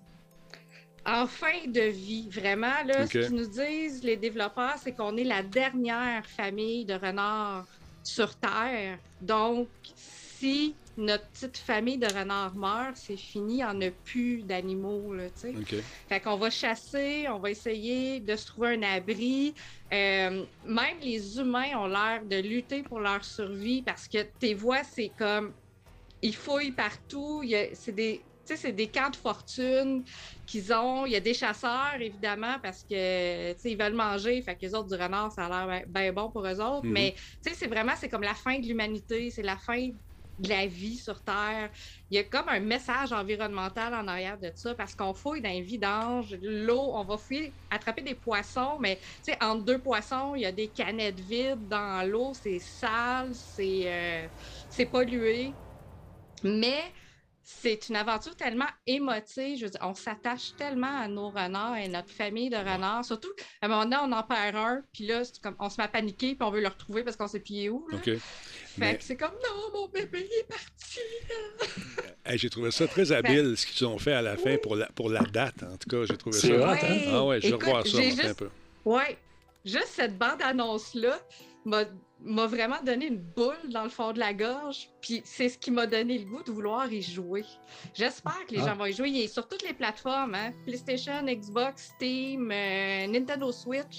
en fin de vie, vraiment. Là, okay. Ce qu'ils nous disent, les développeurs, c'est qu'on est la dernière famille de renards sur Terre. Donc, si notre petite famille de renards meurt, c'est fini, il n'y en a plus d'animaux, là, tu sais. Okay. Fait qu'on va chasser, on va essayer de se trouver un abri. Euh, même les humains ont l'air de lutter pour leur survie parce que tes voix, c'est comme... Ils fouillent partout, il y a, c'est des... Tu sais, c'est des camps de fortune qu'ils ont. Il y a des chasseurs, évidemment, parce que, tu sais, ils veulent manger. Fait que les autres, du renard, ça a l'air bien bon pour eux autres. Mm-hmm. Mais, tu sais, c'est vraiment, c'est comme la fin de l'humanité. C'est la fin de la vie sur Terre. Il y a comme un message environnemental en arrière de ça parce qu'on fouille dans les vidanges. L'eau, on va fouiller, attraper des poissons, mais, tu sais, entre deux poissons, il y a des canettes vides dans l'eau. C'est sale, c'est, euh, c'est pollué. Mais... c'est une aventure tellement émotive. Je veux dire, on s'attache tellement à nos renards et à notre famille de renards. Surtout, à un moment donné, on en perd un, puis là, c'est comme, on se met à paniquer, puis on veut le retrouver parce qu'on sait plus il est où. Là. Okay. Fait Mais... que c'est comme, non, mon bébé il est parti. Hey, j'ai trouvé ça très habile, ce qu'ils ont fait à la fin pour la, pour la date. En tout cas, j'ai trouvé c'est ça. Hot, hein? Ah ouais, je vais revoir ça juste... un peu. Ouais, juste cette bande-annonce-là m'a... m'a vraiment donné une boule dans le fond de la gorge, puis c'est ce qui m'a donné le goût de vouloir y jouer. J'espère que les ah. gens vont y jouer. Il est sur toutes les plateformes, hein? PlayStation, Xbox, Steam, euh, Nintendo Switch.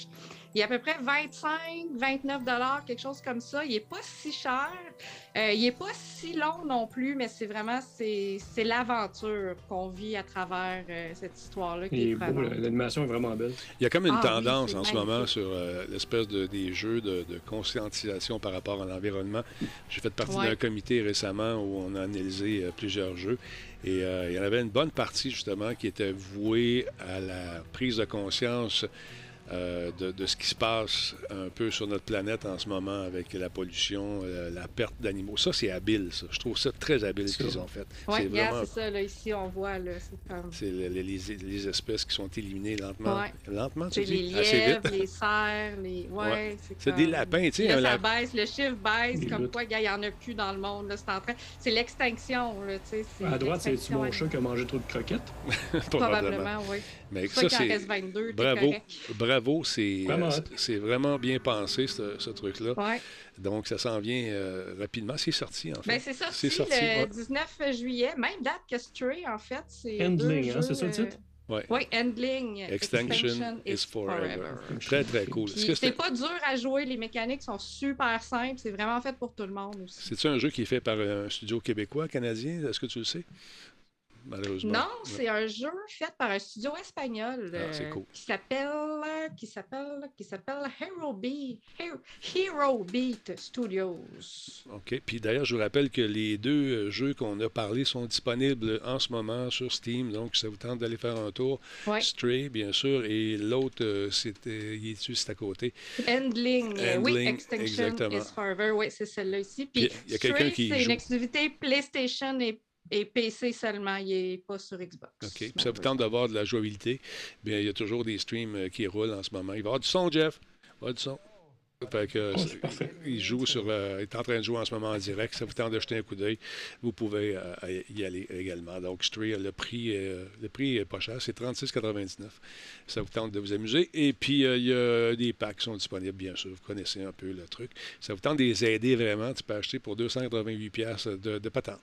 Il est à peu près vingt-cinq, vingt-neuf dollars, quelque chose comme ça. Il n'est pas si cher. Euh, il n'est pas si long non plus, mais c'est vraiment c'est, c'est l'aventure qu'on vit à travers euh, cette histoire-là. Qui Il est est beau, prenante. l'animation est vraiment belle. Il y a comme une Ah oui, tendance c'est en ce magnifique. moment sur euh, l'espèce de, des jeux de, de conscientisation par rapport à l'environnement. J'ai fait partie Ouais. d'un comité récemment où on a analysé euh, plusieurs jeux et euh, il y en avait une bonne partie justement qui était vouée à la prise de conscience euh, de, de ce qui se passe un peu sur notre planète en ce moment avec la pollution, euh, la perte d'animaux. Ça, c'est habile, ça. Je trouve ça très habile ce qu'ils ont fait. Oui, c'est c'est ça. Là, ici, on voit. Là, c'est comme... c'est les, les- les espèces qui sont éliminées lentement. Ouais. Lentement, tu C'est dis? les Assez lièvres, vite. les cerfs, les. Ouais, Ouais. c'est C'est comme... des lapins, tu sais. Là, un ça lapin- baisse, le chiffre baisse, Les comme loutres. quoi, gars, il n'y en a plus dans le monde. Là, c'est en train... C'est l'extinction. Là, tu sais, c'est À droite, c'est l'extinction mon chat qui a mangé trop de croquettes. Probablement, oui. Mais C'est ça, qu'il en c'est. reste vingt-deux, t'es Bravo, correct. bravo, c'est Vraiment euh, hot. c'est- c'est vraiment bien pensé, ce, ce truc-là. Ouais. Donc, ça s'en vient euh, rapidement. C'est sorti, en fait. Ben, c'est sorti, C'est sorti, le ouais. dix-neuf juillet, même date que Stray, en fait. C'est Handling, deux hein, c'est jeux, ça le titre? Ouais. Oui, Handling. Extinction is forever. Très, très cool. Est-ce Puis que c'est c'est pas dur à jouer, les mécaniques sont super simples, c'est vraiment fait pour tout le monde aussi. c'est-tu un jeu qui est fait par un studio québécois, canadien? Est-ce que tu le sais? Malheureusement. Non, c'est un jeu fait par un studio espagnol Ah, c'est euh, cool. qui s'appelle qui s'appelle qui s'appelle Hero Beat Hero, Hero Beat Studios. OK. Puis d'ailleurs, je vous rappelle que les deux euh, jeux qu'on a parlé sont disponibles en ce moment sur Steam. Donc, ça vous tente d'aller faire un tour. Ouais. Stray, bien sûr. Et l'autre, euh, c'était, il est dessus, c'est à côté. Handling, euh, oui, Handling, Extinction exactement. is Forever, oui, c'est celle-là ici. Puis, Puis il y a quelqu'un Stray, qui c'est joue. une exclusivité PlayStation et, et P C seulement, il n'est pas sur Xbox. OK. Puis ça vous tente d'avoir de la jouabilité. Bien, il y a toujours des streams euh, qui roulent en ce moment. Il va y avoir du son, Jeff. Il va y avoir du son. Fait que, Oh, c'est parfait. il joue sur, euh, il est en train de jouer en ce moment en direct. Ça vous tente de jeter un coup d'œil. Vous pouvez euh, y aller également. Donc, Stray, le prix, euh, le prix est pas cher. C'est trente-six quatre-vingt-dix-neuf. Ça vous tente de vous amuser. Et puis, euh, il y a des packs qui sont disponibles, bien sûr. Vous connaissez un peu le truc. Ça vous tente de les aider vraiment. Tu peux acheter pour deux cent quatre-vingt-huit piastres de, de patente.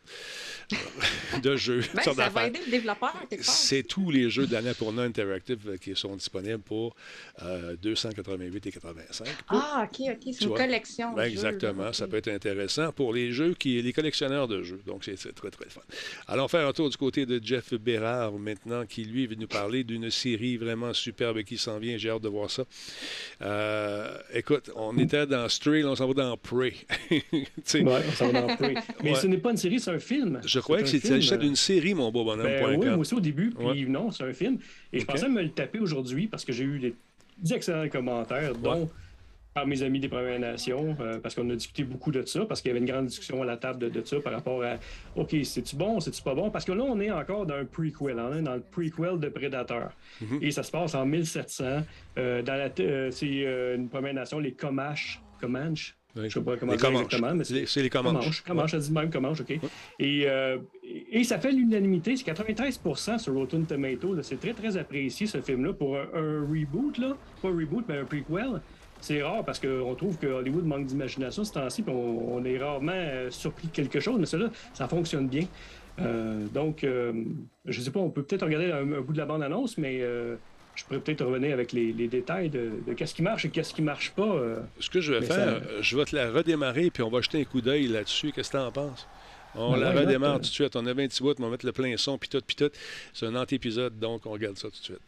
de jeux. Ben, sortes ça va d'affaires. aider le développeur, quelque part. C'est tous les jeux d'Annapurna Interactive euh, qui sont disponibles pour euh, deux cent quatre-vingt-huit et quatre-vingt-cinq. Pour- Ah, ok, ok, c'est Tu une vois. collection. Ben, de jeux, là, exactement, ok. ça peut être intéressant pour les jeux qui les collectionneurs de jeux. Donc c'est c'est très très fun. Allons faire un tour du côté de Jeff Bérard maintenant, qui lui veut nous parler d'une série vraiment superbe qui s'en vient. J'ai hâte de voir ça. Euh, écoute, on était dans Stray, là, on s'en va dans Prey. Tu sais, Ouais, on s'en va dans Prey. Mais Ouais. ce n'est pas une série, c'est un film. Je croyais que C'est un c'était film, s'agissait euh, d'une série, mon beau bonhomme. Ben point oui, com. moi aussi au début, puis Ouais. non, c'est un film. Et je Ok. pensais me le taper aujourd'hui parce que j'ai eu des excellents commentaires, dont par mes amis des Premières Nations, euh, parce qu'on a discuté beaucoup de ça, parce qu'il y avait une grande discussion à la table de, de ça par rapport à OK, c'est-tu bon, c'est-tu pas bon? Parce que là, on est encore dans un prequel, on est dans le prequel de Predator. Mhm. Et ça se passe en mille sept cents. Euh, dans la t- euh, c'est euh, une Première Nation, les Comanches. Comanches? Oui. Je sais pas comment Les dire Comanches. exactement, mais Les- c'est les Comanches. Comanches. Comanches, ça dit même Comanches, OK. Et, euh, et ça fait l'unanimité, c'est quatre-vingt-treize pour cent sur Rotten Tomato. Là. C'est très, très apprécié, ce film-là, pour un, un reboot, là. Pas un reboot, mais un prequel. C'est rare parce qu'on trouve que Hollywood manque d'imagination ce temps-ci, puis on, on est rarement euh, surpris de quelque chose, mais cela, ça fonctionne bien. Euh, donc, euh, je sais pas, on peut peut-être regarder un, un bout de la bande-annonce, mais euh, je pourrais peut-être revenir avec les, les détails de, de qu'est-ce qui marche et qu'est-ce qui marche pas. euh. Ce que je vais Mais faire, ça- euh, je vais te la redémarrer, puis on va jeter un coup d'œil là-dessus. Qu'est-ce que tu en penses? On Ben la ouais, redémarre là, tout de suite. On a vingt bouts, on va mettre le plein son, puis tout, puis tout. C'est un anti-épisode, donc on regarde ça tout de suite.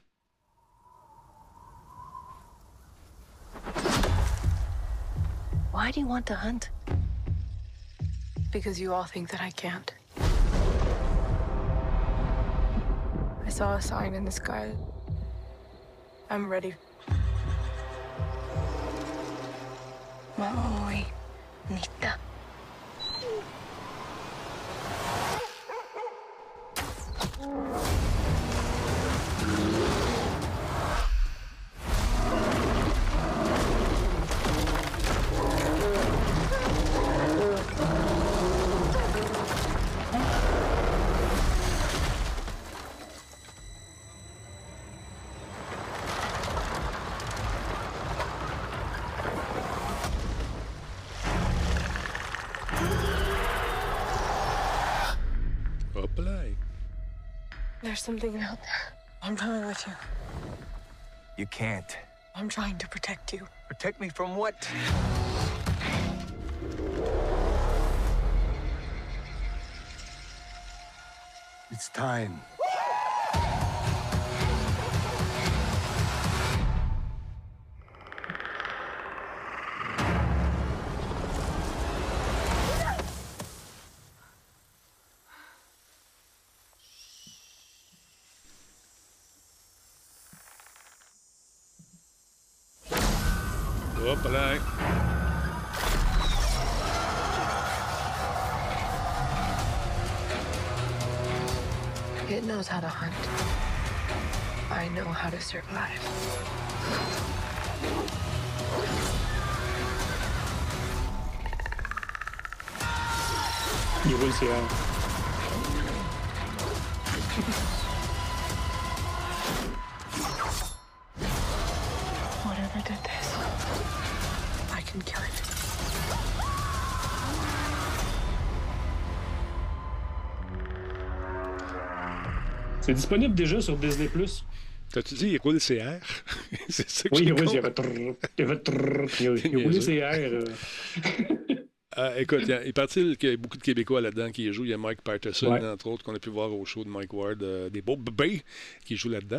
Why do you want to hunt? Because you all think that I can't. I saw a sign in the sky. I'm ready. Maui, Nita. Hop là. There's something out there. I'm coming with you. You can't. I'm trying to protect you. Protect me from what? It's time. Hop là. It knows how to hunt. I know how to survive. Il roule ses airs. Whatever did this, I can kill it. C'est disponible déjà sur Disney plus. T'as-tu dit il roule ses airs? C'est ça que Oui, j'ai oui, il compris. avait trrr, il avait trrr, il a- il a roulé ses airs. euh. Ah, écoute, il y a- il paraît-il qu'il y a beaucoup de Québécois là-dedans qui jouent. Il y a Mike Patterson, Ouais. entre autres, qu'on a pu voir au show de Mike Ward, euh, des beaux bébés qui jouent là-dedans.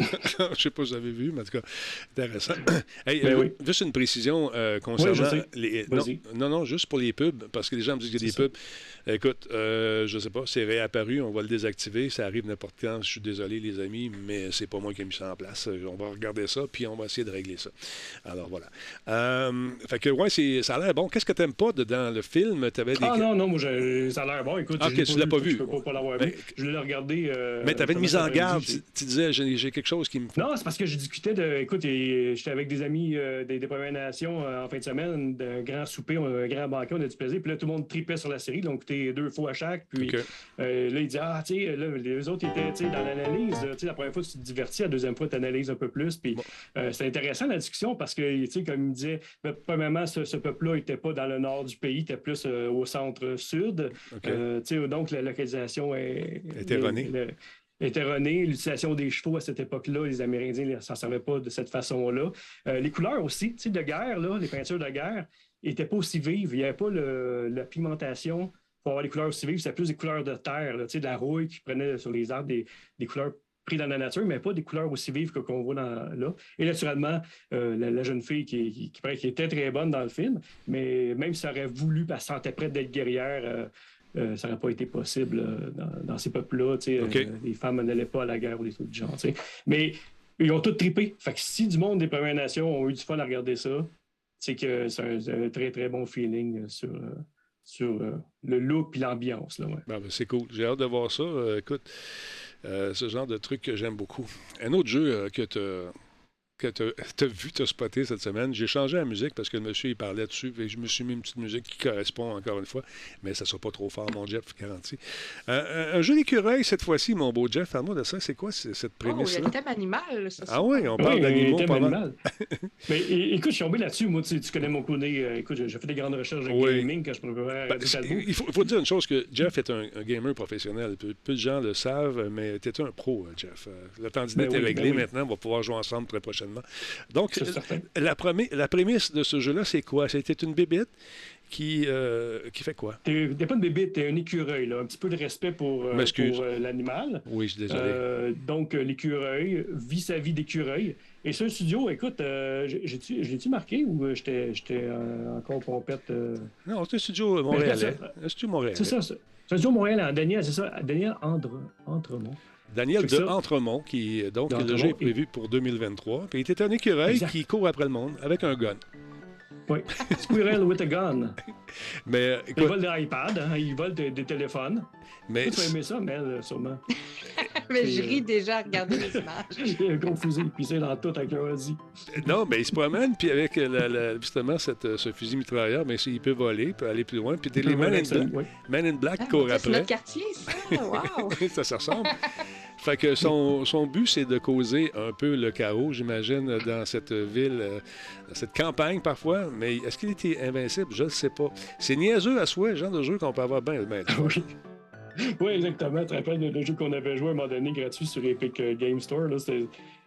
Je sais pas si vous avez vu, mais en tout cas, intéressant. Hey, Ben euh, oui. Juste une précision euh, concernant Ouais, je sais. les. Non, Vas-y. non, non, juste pour les pubs, parce que les gens me disent qu'il y a des C'est ça. pubs. Écoute, euh, je sais pas, c'est réapparu, on va le désactiver. Ça arrive n'importe quand. Je suis désolé, les amis, mais c'est pas moi qui ai mis ça en place. Euh, On va regarder ça, puis on va essayer de régler ça. Alors voilà. Euh, fait que, ouais, c'est- ça a l'air bon. Qu'est-ce que t'aimes pas dedans le film? T'avais des... Ah non, non, moi, j'ai- ça a l'air bon. Écoute, Ah, je ok, tu l'as pas vu. Je peux pas, pas l'avoir Ben, vu. Je l'ai regardé. Euh, Mais tu avais une pendant mise en cet garde. après-midi, Tu, tu disais, j'ai j'ai quelque chose qui me. Non, c'est parce que je discutais de. Écoute, et- j'étais avec des amis euh, des, des Premières Nations euh, en fin de semaine, d'un grand souper, on a un grand banquet, on a du plaisir. Puis là, tout le monde tripait sur la série, donc écouté deux fois à chaque. Puis Ok. euh, là, il dit ah, tu sais, là, les autres étaient tu sais, dans l'analyse. Tu sais, la première fois, tu te divertis, la deuxième fois, tu analyses un peu plus. Puis Bon. euh, c'est intéressant la discussion parce que, tu sais, comme il me disait, ben, premièrement, ce, ce peuple-là n'était pas dans le nord du pays, il était plus euh, au centre-sud. OK. Euh, tu sais, donc, la localisation est. Est erronée. le- est erronée. L'utilisation des chevaux à cette époque-là, les Amérindiens ne s'en servaient pas de cette façon-là. Euh, les couleurs aussi, tu sais, de guerre, là, les peintures de guerre, n'étaient pas aussi vives. Il n'y avait pas le- la pigmentation pour avoir les couleurs aussi vives. C'était plus des couleurs de terre, là, tu sais, de la rouille qui prenait sur les arbres des, des couleurs prises dans la nature, mais pas des couleurs aussi vives que qu'on voit dans, là. Et naturellement, euh, la, la jeune fille qui, qui, qui, paraît qui était très bonne dans le film, mais même si elle aurait voulu, parce qu'elle se sentait prête d'être guerrière, euh, Euh, ça n'aurait pas été possible euh, dans, dans ces peuples-là. tu sais, Okay. euh, les femmes n'allaient pas à la guerre ou des trucs du genre. tu sais. Mais ils ont tous trippé. Fait que si du monde des Premières Nations ont eu du fun à regarder ça, c'est que c'est un, c'est un très, très bon feeling sur, euh, sur euh, le look et l'ambiance. Là, ouais. Ben, ben, c'est cool. J'ai hâte de voir ça. Euh, écoute, euh, ce genre de truc que j'aime beaucoup. Un autre jeu euh, que tu que tu as vu, tu as spoté cette semaine. J'ai changé la musique parce que le monsieur il parlait dessus et je me suis mis une petite musique qui correspond encore une fois, mais ça ne sera pas trop fort, mon Jeff, garanti. Euh, un, un jeu d'écureuil cette fois-ci, mon beau Jeff. Parle-moi de ça. C'est quoi cette Oh, il y prémisse-là? a le thème animal, ça. Ah oui, on parle Oui, d'animaux. thème Pas mal. animal. Mais é- écoute, je suis tombé là-dessus. Moi, tu, sais, tu connais mon côté. euh, écoute, j'ai j'ai fait des grandes recherches de Oui. gaming quand je préparais Ben, des c'est- albums. il faut, il faut dire une chose que Jeff est un, un gamer professionnel. Peu, peu de gens le savent, mais tu es un pro, euh, Jeff. Euh, Le tandinette Ben est oui, réglé ben oui. maintenant. On va pouvoir jouer ensemble très prochainement. Donc, C'est certain. la, premi- la prémisse de ce jeu-là, c'est quoi? C'était une bébête qui, euh, qui fait quoi? T'es t'es pas une bébête, t'es un écureuil. Là. Un petit peu de respect pour, euh, M'excuse. pour euh, l'animal. Oui, je suis désolé. Euh, donc, euh, l'écureuil vit sa vie d'écureuil. Et ce studio, écoute, euh, j'ai- j'ai-tu- je l'ai-tu marqué ou euh, j'étais j'étais, euh, encore pompette? euh? Non, c'est un studio montréalais. c'est Un studio montréalais. C'est ça, c'est c'est un studio Montréal en Daniel, c'est ça, Daniel Andre, Entremont. Daniel C'est de ça. Entremont, qui, donc, D'Entremont, le jeu est et- prévu pour deux mille vingt-trois. Puis il était un écureuil Exact. qui court après le monde avec un gun. Oui. Squirrel with a gun. Mais, euh, Il écoute, vole des iPads, hein, il vole des, des téléphones. mais Tu vas aimer ça, Mel, euh, sûrement. Mais je c'est, ris euh, déjà à regarder les images. Il a un gros fusil, puis c'est dans tout avec un Audi. non, mais il se promène, puis avec la- la- justement cette, euh, ce fusil mitrailleur, mais il peut voler, il peut aller plus loin. Puis t'es les Men in, Black, Oui. Men in Black Ah, courent ça, c'est après. notre quartier, ça. Wow. ça se ressemble. Fait que son, son but, c'est de causer un peu le chaos, j'imagine, dans cette ville, euh, dans cette campagne parfois. Mais est-ce qu'il était invincible? Je ne sais pas. C'est niaiseux à souhait, le genre de jeu qu'on peut avoir bien. Ben, Oui. Oui, exactement. Tu te rappelles le, le jeu qu'on avait joué à un moment donné gratuit sur Epic euh, Game Store. Là, c'était-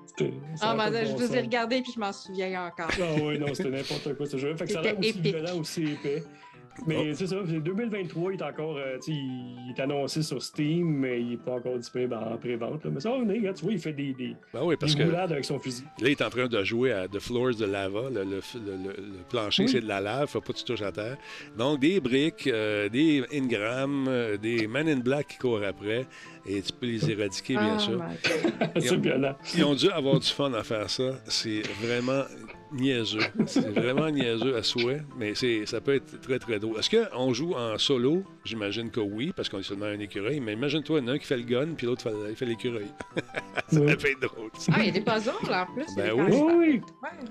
C'était- ça Ah, a pas mais de je bon vous ai sens. regardé puis je m'en souviens encore. Ah oui, non, c'était n'importe quoi ce jeu. Fait que ça a l'air C'était aussi épique. violent, aussi épais. Mais c'est ça, deux mille vingt-trois, il est encore, euh, tu sais, il est annoncé sur Steam, mais il n'est pas encore disponible en pré-vente. là. Mais ça va venir, regarde, tu vois, il fait des, des, Ben oui, parce des que roulades avec son fusil. là, il est en train de jouer à The Floors de lava. Le, le- le- le- le plancher, Oui. c'est de la lave. Faut pas que tu touches à terre. Donc, des briques, euh, des Ingram, euh, des Men in Black qui courent après. Et tu peux les éradiquer, bien Oh sûr. my God. C'est violent. Ils ont dû avoir du fun à faire ça. C'est vraiment niaiseux. C'est vraiment niaiseux à souhait, mais c'est, ça peut être très, très drôle. Est-ce qu'on joue en solo? J'imagine que oui, parce qu'on est seulement un écureuil. Mais imagine-toi, il y en a un qui fait le gun, puis l'autre fait, il fait l'écureuil. Ça Ouais. peut être drôle. ça. Ah, il y a des puzzles en plus. il y a Ben des oui. puzzles. Oui, oui.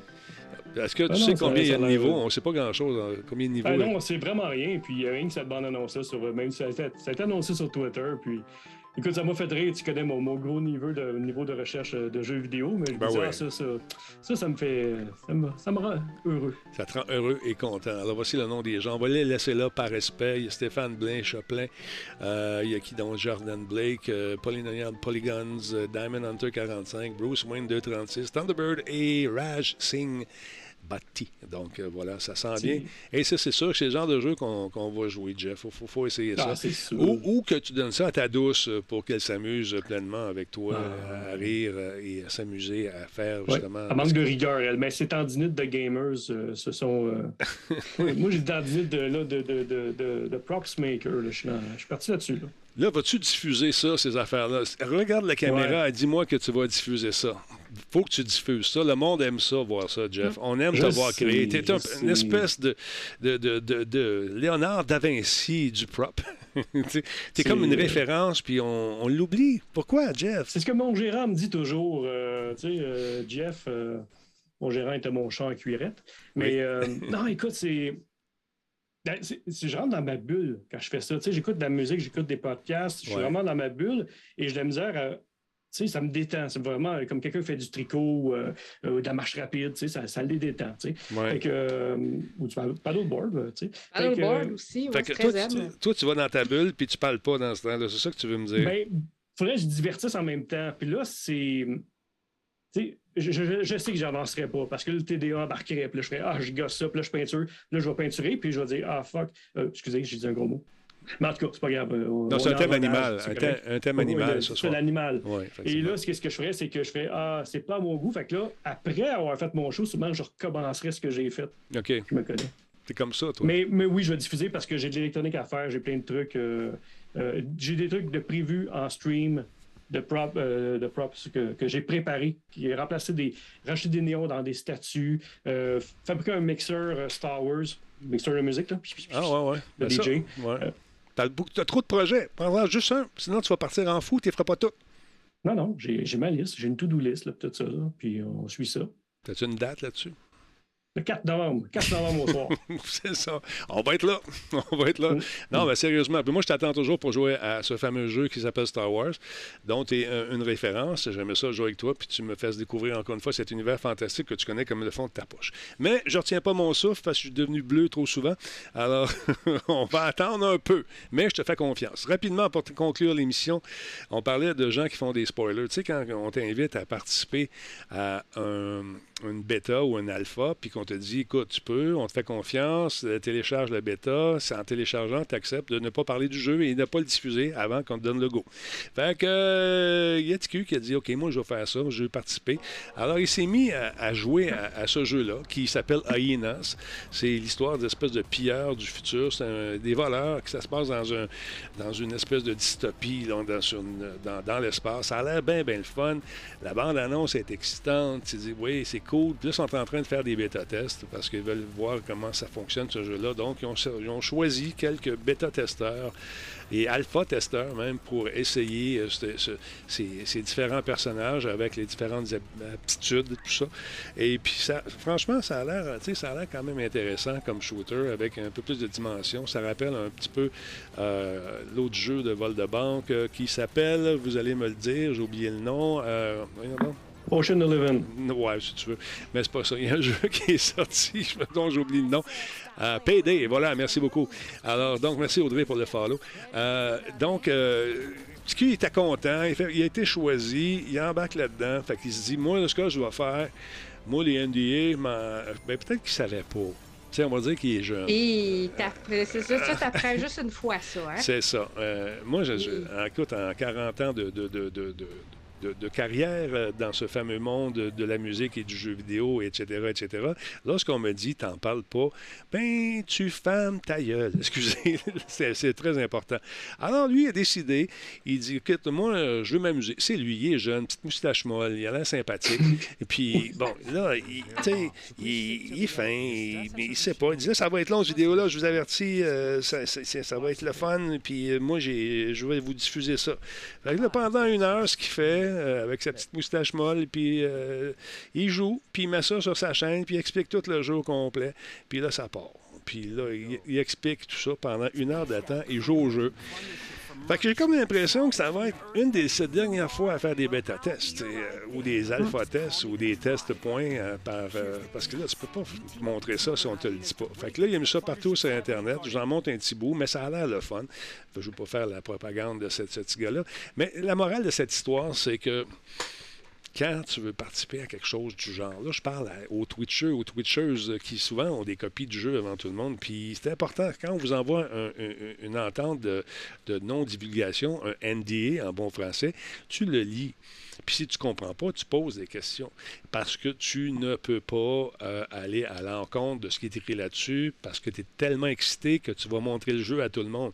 Ouais. Est-ce que tu Ah sais non, ça- combien il y a ça de a l'air- niveaux? On ne sait pas grand-chose. hein. Combien de niveaux? Ah là? non, c'est vraiment rien. Puis il y a rien que cette bande annonce sur. Même si ça a été, ça a été annoncé sur Twitter. Puis écoute, ça m'a fait rire. Tu connais mon, mon gros niveau de, niveau de recherche euh, de jeux vidéo. Mais je me Ben dis, ouais. ah, ça, ça, ça, ça me fait. Ça me, ça me rend heureux. Ça te rend heureux et content. Alors, voici le nom des gens. On va les laisser là par respect. Il y a Stéphane Blain, Choplin. Euh, il y a qui donc? Jordan Blake, euh, Polynomial Polygons, euh, Diamond Hunter quarante-cinq, Bruce Wayne deux trente-six, Thunderbird et Raj Singh Bhatti. Donc, euh, voilà, ça sent bien. Et ça, c'est sûr, c'est le genre de jeu qu'on, qu'on va jouer, Jeff. Il faut, faut, faut essayer ça. Ah, c'est sûr. Ou, ou que tu donnes ça à ta douce euh, pour qu'elle s'amuse pleinement avec toi, Ah. euh, à rire euh, et à s'amuser, à faire Ouais. justement. Elle manque de rigueur, elle. Mais ces tendinites de gamers, euh, ce sont. euh, oui, moi, j'ai des tendinites de, là, de, de, de, de, de props maker. Là. Je, suis dans- je suis parti là-dessus. Là. Là, vas-tu diffuser ça, ces affaires-là? Regarde la caméra et dis-moi que tu vas diffuser ça. Faut que tu diffuses ça. Le monde aime ça, voir ça, Jeff. On aime Je te voir sais, créer. T'es je un- sais. une espèce de, de, de, de, de Léonard da Vinci du prop. T'es C'est- comme une référence, puis on, on l'oublie. Pourquoi, Jeff? C'est ce que mon gérant me dit toujours. euh, tu sais, euh, Jeff, euh, mon gérant était mon chat en cuirette. Mais Oui. euh, non, écoute, c'est. Ben, c'est- c'est- je rentre dans ma bulle quand je fais ça. Tu sais, j'écoute de la musique, j'écoute des podcasts, je suis Ouais. vraiment dans ma bulle et j'ai de la misère à. Tu sais, ça me détend. C'est vraiment comme quelqu'un qui fait du tricot ou euh, euh, de la marche rapide. Tu sais, ça, ça les détend. Tu sais. Ouais. Fait que, euh, ou du paddle- paddleboard. Tu sais. Fait que, Paddleboard euh, aussi, ouais, Fait c'est que très toi, zen. tu, toi, tu vas dans ta bulle, puis tu parles pas dans ce temps-là. C'est ça que tu veux me dire? Ben, faudrait que je divertisse en même temps. Puis là, c'est. Tu sais, je, je, je sais que j'avancerais pas parce que le T D A embarquerait. Puis là, je ferais Ah, je gosse ça. Puis là, je peinture. Là, je vais peinturer. Puis je vais dire Ah, fuck. Euh, excusez, j'ai dit un gros mot. Mais en tout cas, c'est pas grave. Non, c'est un thème animal. Un thème, un thème animal, oui, ce c'est soir. l'animal. Ouais, Et effectivement. là, ce que, ce que je ferais, c'est que je ferais Ah, c'est pas à mon goût. Fait que là, après avoir fait mon show, souvent, je recommencerais ce que j'ai fait. OK. Je me connais. T'es comme ça, toi. Mais, mais oui, je vais diffuser parce que j'ai de l'électronique à faire, j'ai plein de trucs. euh, euh, j'ai des trucs de prévus en stream, de, prop, euh, de props que, que j'ai préparé, qui est remplacé des. Racheter des néons dans des statues, euh, fabriquer un mixeur euh, Star Wars, mixeur de musique, là. Ah, ouais, ouais. Le Ben, D J. ça, ouais. Euh, T'as, le beaucoup- t'as trop de projets. Prends-en juste un. Sinon, tu vas partir en fou. Tu ne feras pas tout. Non, non, j'ai j'ai ma liste, j'ai une to-do list, là, tout ça, là, puis on suit ça. T'as-tu une date là-dessus? Le quatre novembre, quatre novembre au soir. C'est ça. On va être là. On va être là. Mm. Non, mais sérieusement. Puis moi, je t'attends toujours pour jouer à ce fameux jeu qui s'appelle Star Wars, dont tu es euh, une référence. J'aimais ça jouer avec toi, puis tu me fasses découvrir encore une fois cet univers fantastique que tu connais comme le fond de ta poche. Mais je retiens pas mon souffle parce que je suis devenu bleu trop souvent. Alors, on va attendre un peu. Mais je te fais confiance. Rapidement, pour te conclure l'émission, on parlait de gens qui font des spoilers. Tu sais, quand on t'invite à participer à un une bêta ou un alpha, puis qu'on te dit, écoute, tu peux, on te fait confiance, euh, télécharge la bêta, c'est en téléchargeant, tu acceptes de ne pas parler du jeu et de ne pas le diffuser avant qu'on te donne le go. Fait que, euh, y a T Q qui a dit, OK, moi, je vais faire ça, je vais participer. Alors, il s'est mis à, à jouer à, à ce jeu-là, qui s'appelle Hyenas. C'est l'histoire d'espèces de pilleurs du futur. C'est un- des voleurs, que ça se passe dans, un, dans une espèce de dystopie, là, dans, sur une- dans, dans l'espace. Ça a l'air bien, bien le fun. La bande-annonce est excitante. Tu dis, oui, c'est cool. Puis là, ils sont en train de faire des bêta-tests parce qu'ils veulent voir comment ça fonctionne, ce jeu-là. Donc, ils ont, ils ont choisi quelques bêta-testeurs et alpha-testeurs même pour essayer euh, ce- ce- ces, ces différents personnages avec les différentes aptitudes, tout ça. Et puis, ça, franchement, ça a l'air, tu sais, ça a l'air quand même intéressant comme shooter avec un peu plus de dimension. Ça rappelle un petit peu euh, l'autre jeu de vol de banque euh, qui s'appelle, vous allez me le dire, j'ai oublié le nom. Euh, voyons donc. Ocean Eleven. Ouais, si tu veux. Mais c'est pas ça. Il y a un jeu qui est sorti, je dont j'oublie le nom. Euh, Payday, voilà, merci beaucoup. Alors, donc, merci Audrey pour le follow. Euh, donc, euh, Parce qu'il était content, il, fait, il a été choisi, il embarque là-dedans. Fait qu'il se dit, moi, ce que je dois faire, moi, les N D A, ben, peut-être qu'il ne savait pas. Tu sais, on va dire qu'il est jeune. Et c'est ça, ça t'apprends juste une fois, ça. Hein? C'est ça. Euh, moi, je, je, écoute, en quarante ans de, de, de, de, de De, de carrière dans ce fameux monde de la musique et du jeu vidéo, et cetera, et cetera. Lorsqu'on me dit « t'en parles pas », ben tu fermes ta gueule. Excusez, c'est, c'est très important. Alors lui a décidé, il dit « écoute, moi, je veux m'amuser ». C'est lui, il est jeune, petite moustache molle, il a l'air sympathique. Et puis, bon, là, il, il, il est fin, il, il sait pas. Il dit « ça va être long, cette vidéo-là, je vous avertis, euh, ça, ça, ça va être le fun, puis euh, moi, j'ai, je vais vous diffuser ça ». Fait que là, pendant une heure, ce qu'il fait, Euh, avec sa petite moustache molle, puis euh, il joue, puis il met ça sur sa chaîne, puis il explique tout le jeu au complet, puis là, ça part. Puis là, il, il explique tout ça pendant une heure de temps, il joue au jeu. Fait que j'ai comme l'impression que ça va être une des sept dernières fois à faire des bêta-tests, euh, ou des alpha-tests, ou des tests points, euh, par, euh, parce que là, tu peux pas montrer ça si on te le dit pas. Fait que là, il a mis ça partout sur Internet, j'en montre un petit bout, mais ça a l'air le fun. Je ne veux pas faire la propagande de ce, ce petit gars-là. Mais la morale de cette histoire, c'est que quand tu veux participer à quelque chose du genre, là, je parle à, aux Twitchers, aux Twitchers qui souvent ont des copies du jeu avant tout le monde, puis c'est important, quand on vous envoie un, un, une entente de, de non-divulgation, un N D A en bon français, tu le lis. Puis si tu ne comprends pas, tu poses des questions. Parce que tu ne peux pas euh, aller à l'encontre de ce qui est écrit là-dessus, parce que tu es tellement excité que tu vas montrer le jeu à tout le monde.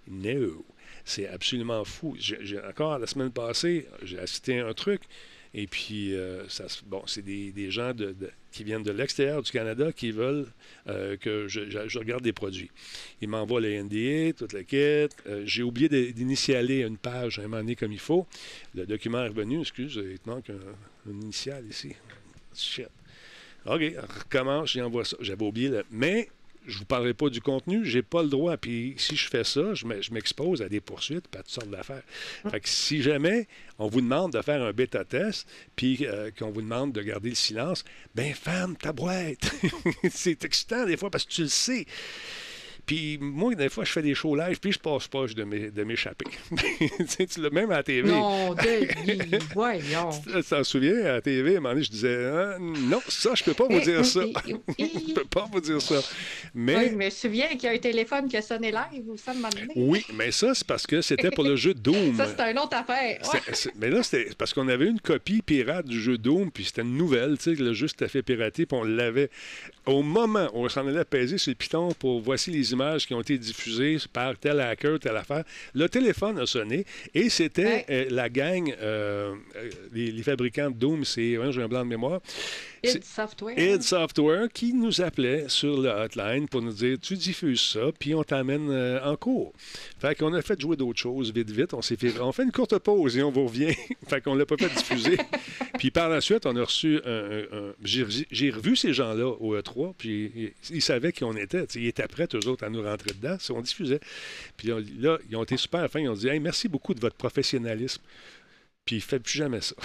No! C'est absolument fou. J'ai, j'ai, encore la semaine passée, j'ai assisté à un truc. Et puis, euh, ça, bon, c'est des, des gens de, de, qui viennent de l'extérieur du Canada qui veulent euh, que je, je, je regarde des produits. Ils m'envoient les N D A, toute la quête. Euh, j'ai oublié de, d'initialer une page à un moment donné comme il faut. Le document est revenu. Excuse, il te manque un, un initial ici. Shit. OK, recommence, j'y envoie ça. J'avais oublié le... Mais... je ne vous parlerai pas du contenu, je n'ai pas le droit. Puis si je fais ça, je m'expose à des poursuites et à toutes sortes d'affaires. Fait que si jamais on vous demande de faire un bêta-test, puis euh, qu'on vous demande de garder le silence, ben ferme ta boîte. C'est excitant des fois parce que tu le sais. Puis moi, des fois, je fais des shows live, puis je passe pas de, m'é- de m'échapper. Tu l'as même à la T V. Non, Denis, voyons. Tu t'en souviens, à la T V, à un moment donné, je disais ah, non, ça, je peux pas vous dire ça. Je peux pas vous dire ça. Mais... Oui, mais je me souviens qu'il y a un téléphone qui a sonné live ou ça, de m'en donné. Oui, mais ça, c'est parce que c'était pour le jeu Doom. Ça, c'est une autre affaire. Ouais. C'est, c'est, mais là, c'était parce qu'on avait une copie pirate du jeu Doom, puis c'était une nouvelle, tu sais, que le jeu s'était fait pirater, puis on l'avait. Au moment où on s'en allait peser sur le piton pour voici les images qui ont été diffusées par tel hacker, telle affaire, le téléphone a sonné et c'était ouais. euh, la gang, euh, les, les fabricants de Doom, c'est, ouais, j'ai un blanc de mémoire, id Software. id Software qui nous appelait sur le hotline pour nous dire tu diffuses ça, puis on t'amène euh, en cours. Fait qu'on a fait jouer d'autres choses vite, vite. On s'est fait, on fait une courte pause et on vous revient. Fait qu'on l'a pas fait diffuser. Puis par la suite, on a reçu un. un, un j'ai, j'ai revu ces gens-là au E trois, puis ils, ils savaient qui on était. T'sais, ils étaient prêts, eux autres, à nous rentrer dedans. Si on diffusait. Puis on, là, ils ont été super fins. Ils ont dit hey, merci beaucoup de votre professionnalisme. Puis il ne fait plus jamais ça.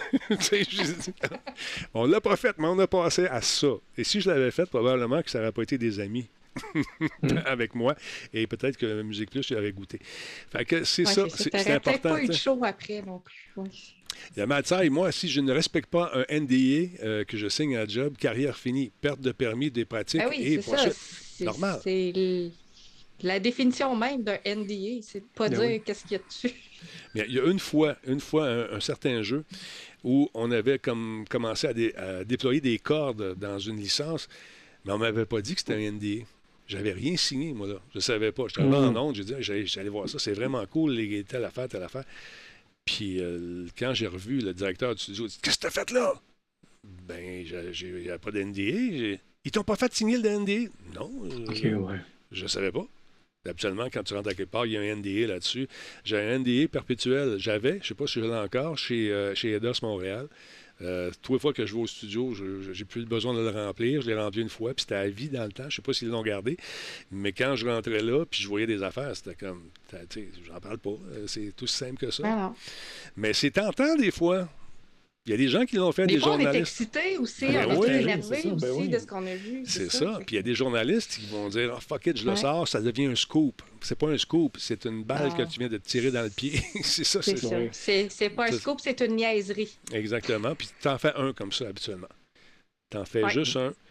On l'a pas fait, mais on a passé à ça. Et si je l'avais fait, probablement que ça n'aurait pas été des amis avec moi. Et peut-être que la Musique Plus, j'aurais goûté. Fait que c'est ouais, ça, c'est, c'est, c'est important. Peut-être pas eu de show après non plus. Oui. Il y a Matsai, moi, si je ne respecte pas un N D A euh, que je signe à job, carrière finie, perte de permis, des pratiques ah oui, et c'est ça. C'est normal. C'est l... la définition même d'un N D A, c'est de ne pas mais dire oui. Qu'est-ce qu'il y a dessus. Mais il y a une fois, une fois un, un certain jeu où on avait comme commencé à, dé, à déployer des cordes dans une licence, mais on ne m'avait pas dit que c'était un N D A. J'avais rien signé, moi, là. Je ne savais pas. J'étais mmh. en onde, j'ai dit, j'allais, j'allais voir ça, c'est vraiment cool, les, telle affaire, telle affaire. Puis euh, quand j'ai revu le directeur du studio, il dit, qu'est-ce que tu as fait là? Ben, il n'y a pas d'N D A. J'ai... Ils t'ont pas fait signer le N D A? Non. OK, ouais. Je ne savais pas. Absolument, quand tu rentres à quelque part, il y a un N D A là-dessus. J'ai un N D A perpétuel. J'avais, je ne sais pas si je l'ai encore, chez, euh, chez Eidos Montréal. Euh, toutes les fois que je vais au studio, je n'ai plus besoin de le remplir. Je l'ai rempli une fois, puis c'était à vie dans le temps. Je ne sais pas s'ils l'ont gardé. Mais quand je rentrais là, puis je voyais des affaires, c'était comme, tu sais, j'en parle pas. C'est tout simple que ça. Alors. Mais c'est tentant des fois. Il y a des gens qui l'ont fait, des, des fois, journalistes. on est excités aussi, Ben on oui, est oui, énervé c'est ça, aussi ben oui. de ce qu'on a vu. C'est ça. Puis il y a des journalistes qui vont dire oh, fuck it, je le Ouais. sors, ça devient un scoop. C'est pas un scoop, c'est une balle Ah. que tu viens de te tirer dans le pied. c'est ça, C'est c'est ça. Ouais. C'est c'est pas un C'est- scoop, c'est une niaiserie. Exactement. Puis t'en fais un comme ça habituellement. T'en fais Ouais. juste un.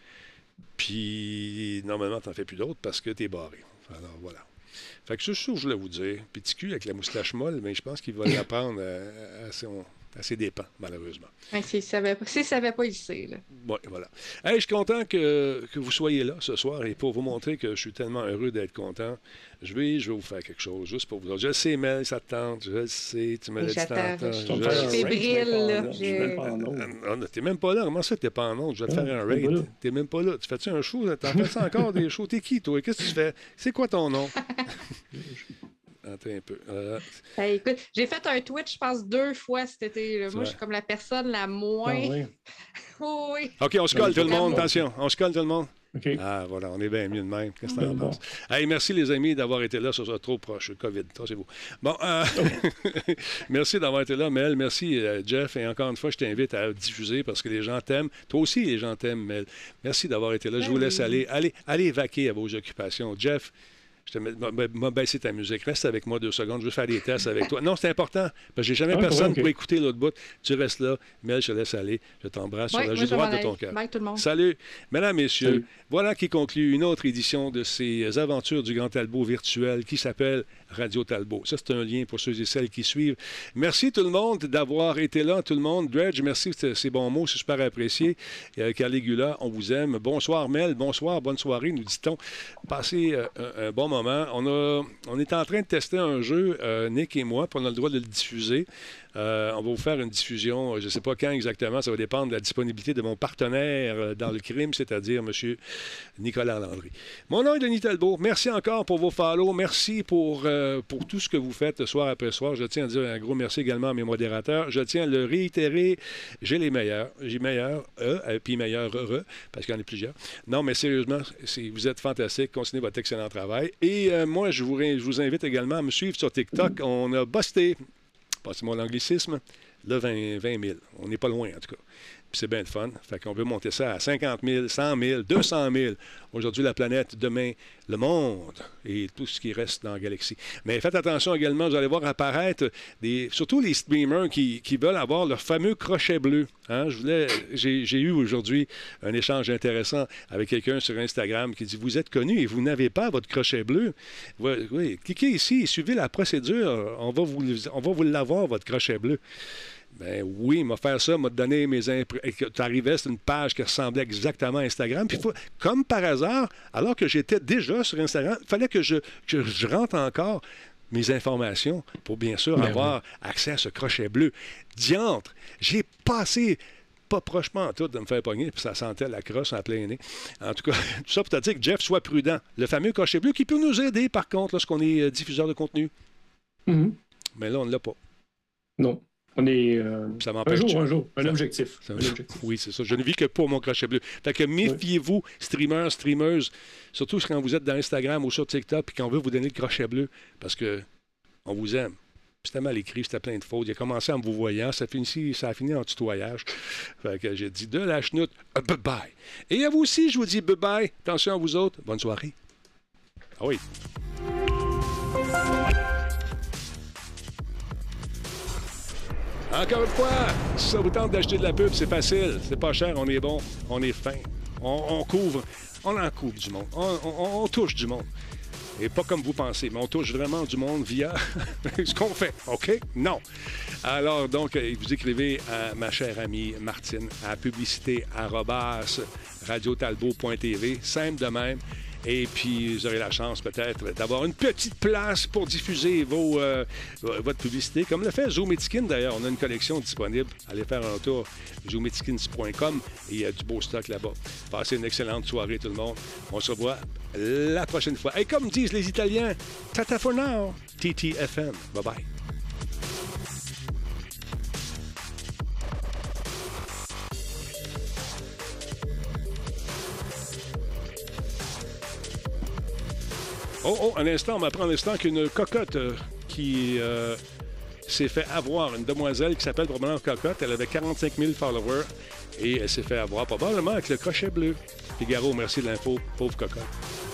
Puis normalement, t'en fais plus d'autres parce que t'es barré. Alors voilà. Fait que c'est ça que je voulais vous dire. Petit cul avec la moustache molle, mais je pense qu'il va l'apprendre à, à, son, à ses dépens, malheureusement. Ouais, S'il ne savait pas, s'il savait pas, il sait. Là. Oui, voilà. Hey, je suis content que, que vous soyez là ce soir et pour vous montrer que je suis tellement heureux d'être content, je vais, je vais vous faire quelque chose juste pour vous dire. Je le sais, Mel, ça te tente. Je le sais, tu me l'as dit J'attends. tantôt. Je Tu vas me Je- faire un suis fébrile, raid, tu mets là. pas en- J'ai- tu mets pas en ondes. Ah, non, t'es même pas là. Comment ça que t'es pas en onde? Je vais te Ah, faire un je suis pas là. raid. T'es même pas là. Tu fais-tu un show? T'en fais encore des shows? T'es qui, toi? Qu'est-ce que tu fais? C'est quoi ton nom? Attends un peu. Euh, Ben, écoute, j'ai fait un Twitch, je pense, deux fois cet été. là. C'est Moi, je vrai. suis comme la personne la moins. Ah, ouais. Oh, oui. OK, on se colle tout le monde. Bravo. Attention, on se colle tout le monde. OK. Ah, voilà, on est bien mieux de même. Qu'est-ce que t'en Bon. penses? Hey, merci, les amis, d'avoir été là. Ça sera trop proche. Le COVID, c'est vous. Bon, euh, merci d'avoir été là, Mel. Merci, euh, Jeff. Et encore une fois, je t'invite à diffuser parce que les gens t'aiment. Toi aussi, les gens t'aiment, Mel. Merci d'avoir été là. Je Ben vous laisse oui. aller. Allez, allez vaquer à vos occupations. Jeff, je te mets, m'a- m'a baissé ta musique. Reste avec moi deux secondes. Je veux faire des tests avec toi. Non, c'est important. Parce que j'ai jamais Ah, personne ouais, ok. pour écouter l'autre bout. Tu restes là. Mel, je te laisse aller. Je t'embrasse Ouais, sur la moi, joue je vais droite m'en de ton aller. cœur. Bye, tout le monde. Salut. Mesdames, messieurs, Salut. voilà qui conclut une autre édition de ces aventures du Grand Talbot virtuel qui s'appelle Radio Talbot. Ça, c'est un lien pour ceux et celles qui suivent. Merci tout le monde d'avoir été là, tout le monde. Dredge, merci de ces bons mots, c'est super apprécié. Euh, Caligula, on vous aime. Bonsoir Mel, bonsoir, bonne soirée, nous dit-on. Passez euh, un, un bon moment. On, a, on est en train de tester un jeu, euh, Nick et moi, puis on a le droit de le diffuser. Euh, on va vous faire une diffusion, euh, je ne sais pas quand exactement, ça va dépendre de la disponibilité de mon partenaire euh, dans le crime, c'est-à-dire M. Nicolas Landry. Mon nom est Denis Talbot. Merci encore pour vos follows. Merci pour, euh, pour tout ce que vous faites soir après soir. Je tiens à dire un gros merci également à mes modérateurs. Je tiens à le réitérer. J'ai les meilleurs. J'ai meilleurs, eux, et puis meilleurs, heureux, parce qu'il y en a plusieurs. Non, mais sérieusement, c'est- vous êtes fantastiques. Continuez votre excellent travail. Et euh, moi, je vous, ré- je vous invite également à me suivre sur TikTok. On a busté, passez mon anglicisme, le vingt mille. On n'est pas loin, en tout cas. Puis c'est bien le fun. Fait qu'on veut monter ça à cinquante mille, cent mille, deux cent mille. Aujourd'hui, la planète, demain, le monde et tout ce qui reste dans la galaxie. Mais faites attention également, vous allez voir apparaître des, surtout les streamers qui, qui veulent avoir leur fameux crochet bleu. Hein? Je voulais, j'ai, j'ai eu aujourd'hui un échange intéressant avec quelqu'un sur Instagram qui dit « Vous êtes connu et vous n'avez pas votre crochet bleu. Oui, oui, cliquez ici, suivez la procédure. On va vous, on va vous l'avoir, votre crochet bleu. » Ben oui, il m'a fait ça, m'a donné mes impressions. Tu arrivais, c'est une page qui ressemblait exactement à Instagram. Puis, faut- comme par hasard, alors que j'étais déjà sur Instagram, il fallait que je, que je rentre encore mes informations pour bien sûr Ben avoir accès à ce crochet bleu. Diantre, j'ai passé pas prochement en tout de me faire pogner, puis ça sentait la crosse en plein nez. En tout cas, tout ça pour te dire que Jeff, sois prudent. Le fameux crochet bleu qui peut nous aider, par contre, lorsqu'on est euh, diffuseur de contenu. Mhm. Mais là, on ne l'a pas. Non. On est. euh, Ça un m'empêche. jour, un jour. Un Ça- objectif. Ça- Un objectif. Oui, c'est ça. Je ne vis que pour mon crochet bleu. Fait que méfiez-vous, streamers, streameuses, surtout quand vous êtes dans Instagram ou sur TikTok puis qu'on veut vous donner le crochet bleu, parce que on vous aime. C'était mal écrit, c'était plein de fautes. Il a commencé en vous voyant, ça, finit, ça a fini en tutoyage. Fait que j'ai dit de la chenoute, uh, bye-bye. Et à vous aussi, je vous dis bye-bye. Attention à vous autres. Bonne soirée. Ah oui. Encore une fois, si ça vous tente d'acheter de la pub, c'est facile. C'est pas cher, on est bon, on est fin. On, on couvre, on en couvre du monde. On, on- on touche du monde. Et pas comme vous pensez, mais on touche vraiment du monde via ce qu'on fait, OK? Non. Alors, donc, euh, vous écrivez à ma chère amie Martine à publicité arobase radiotalbot point t v, simple de même. Et puis, vous aurez la chance peut-être d'avoir une petite place pour diffuser vos, euh, votre publicité, comme le fait Zoometikin d'ailleurs. On a une collection disponible. Allez faire un tour, zoometikins point com, et il y a du beau stock là-bas. Passez une excellente soirée tout le monde. On se revoit la prochaine fois. Et comme disent les Italiens, tata for now, T T F M. Bye-bye. Oh, oh, un instant, on m'apprend un instant qu'une cocotte euh, qui, euh, s'est fait avoir. Une demoiselle qui s'appelle probablement Cocotte. Elle avait quarante-cinq mille followers et elle s'est fait avoir probablement avec le crochet bleu. Figaro, merci de l'info, pauvre Cocotte.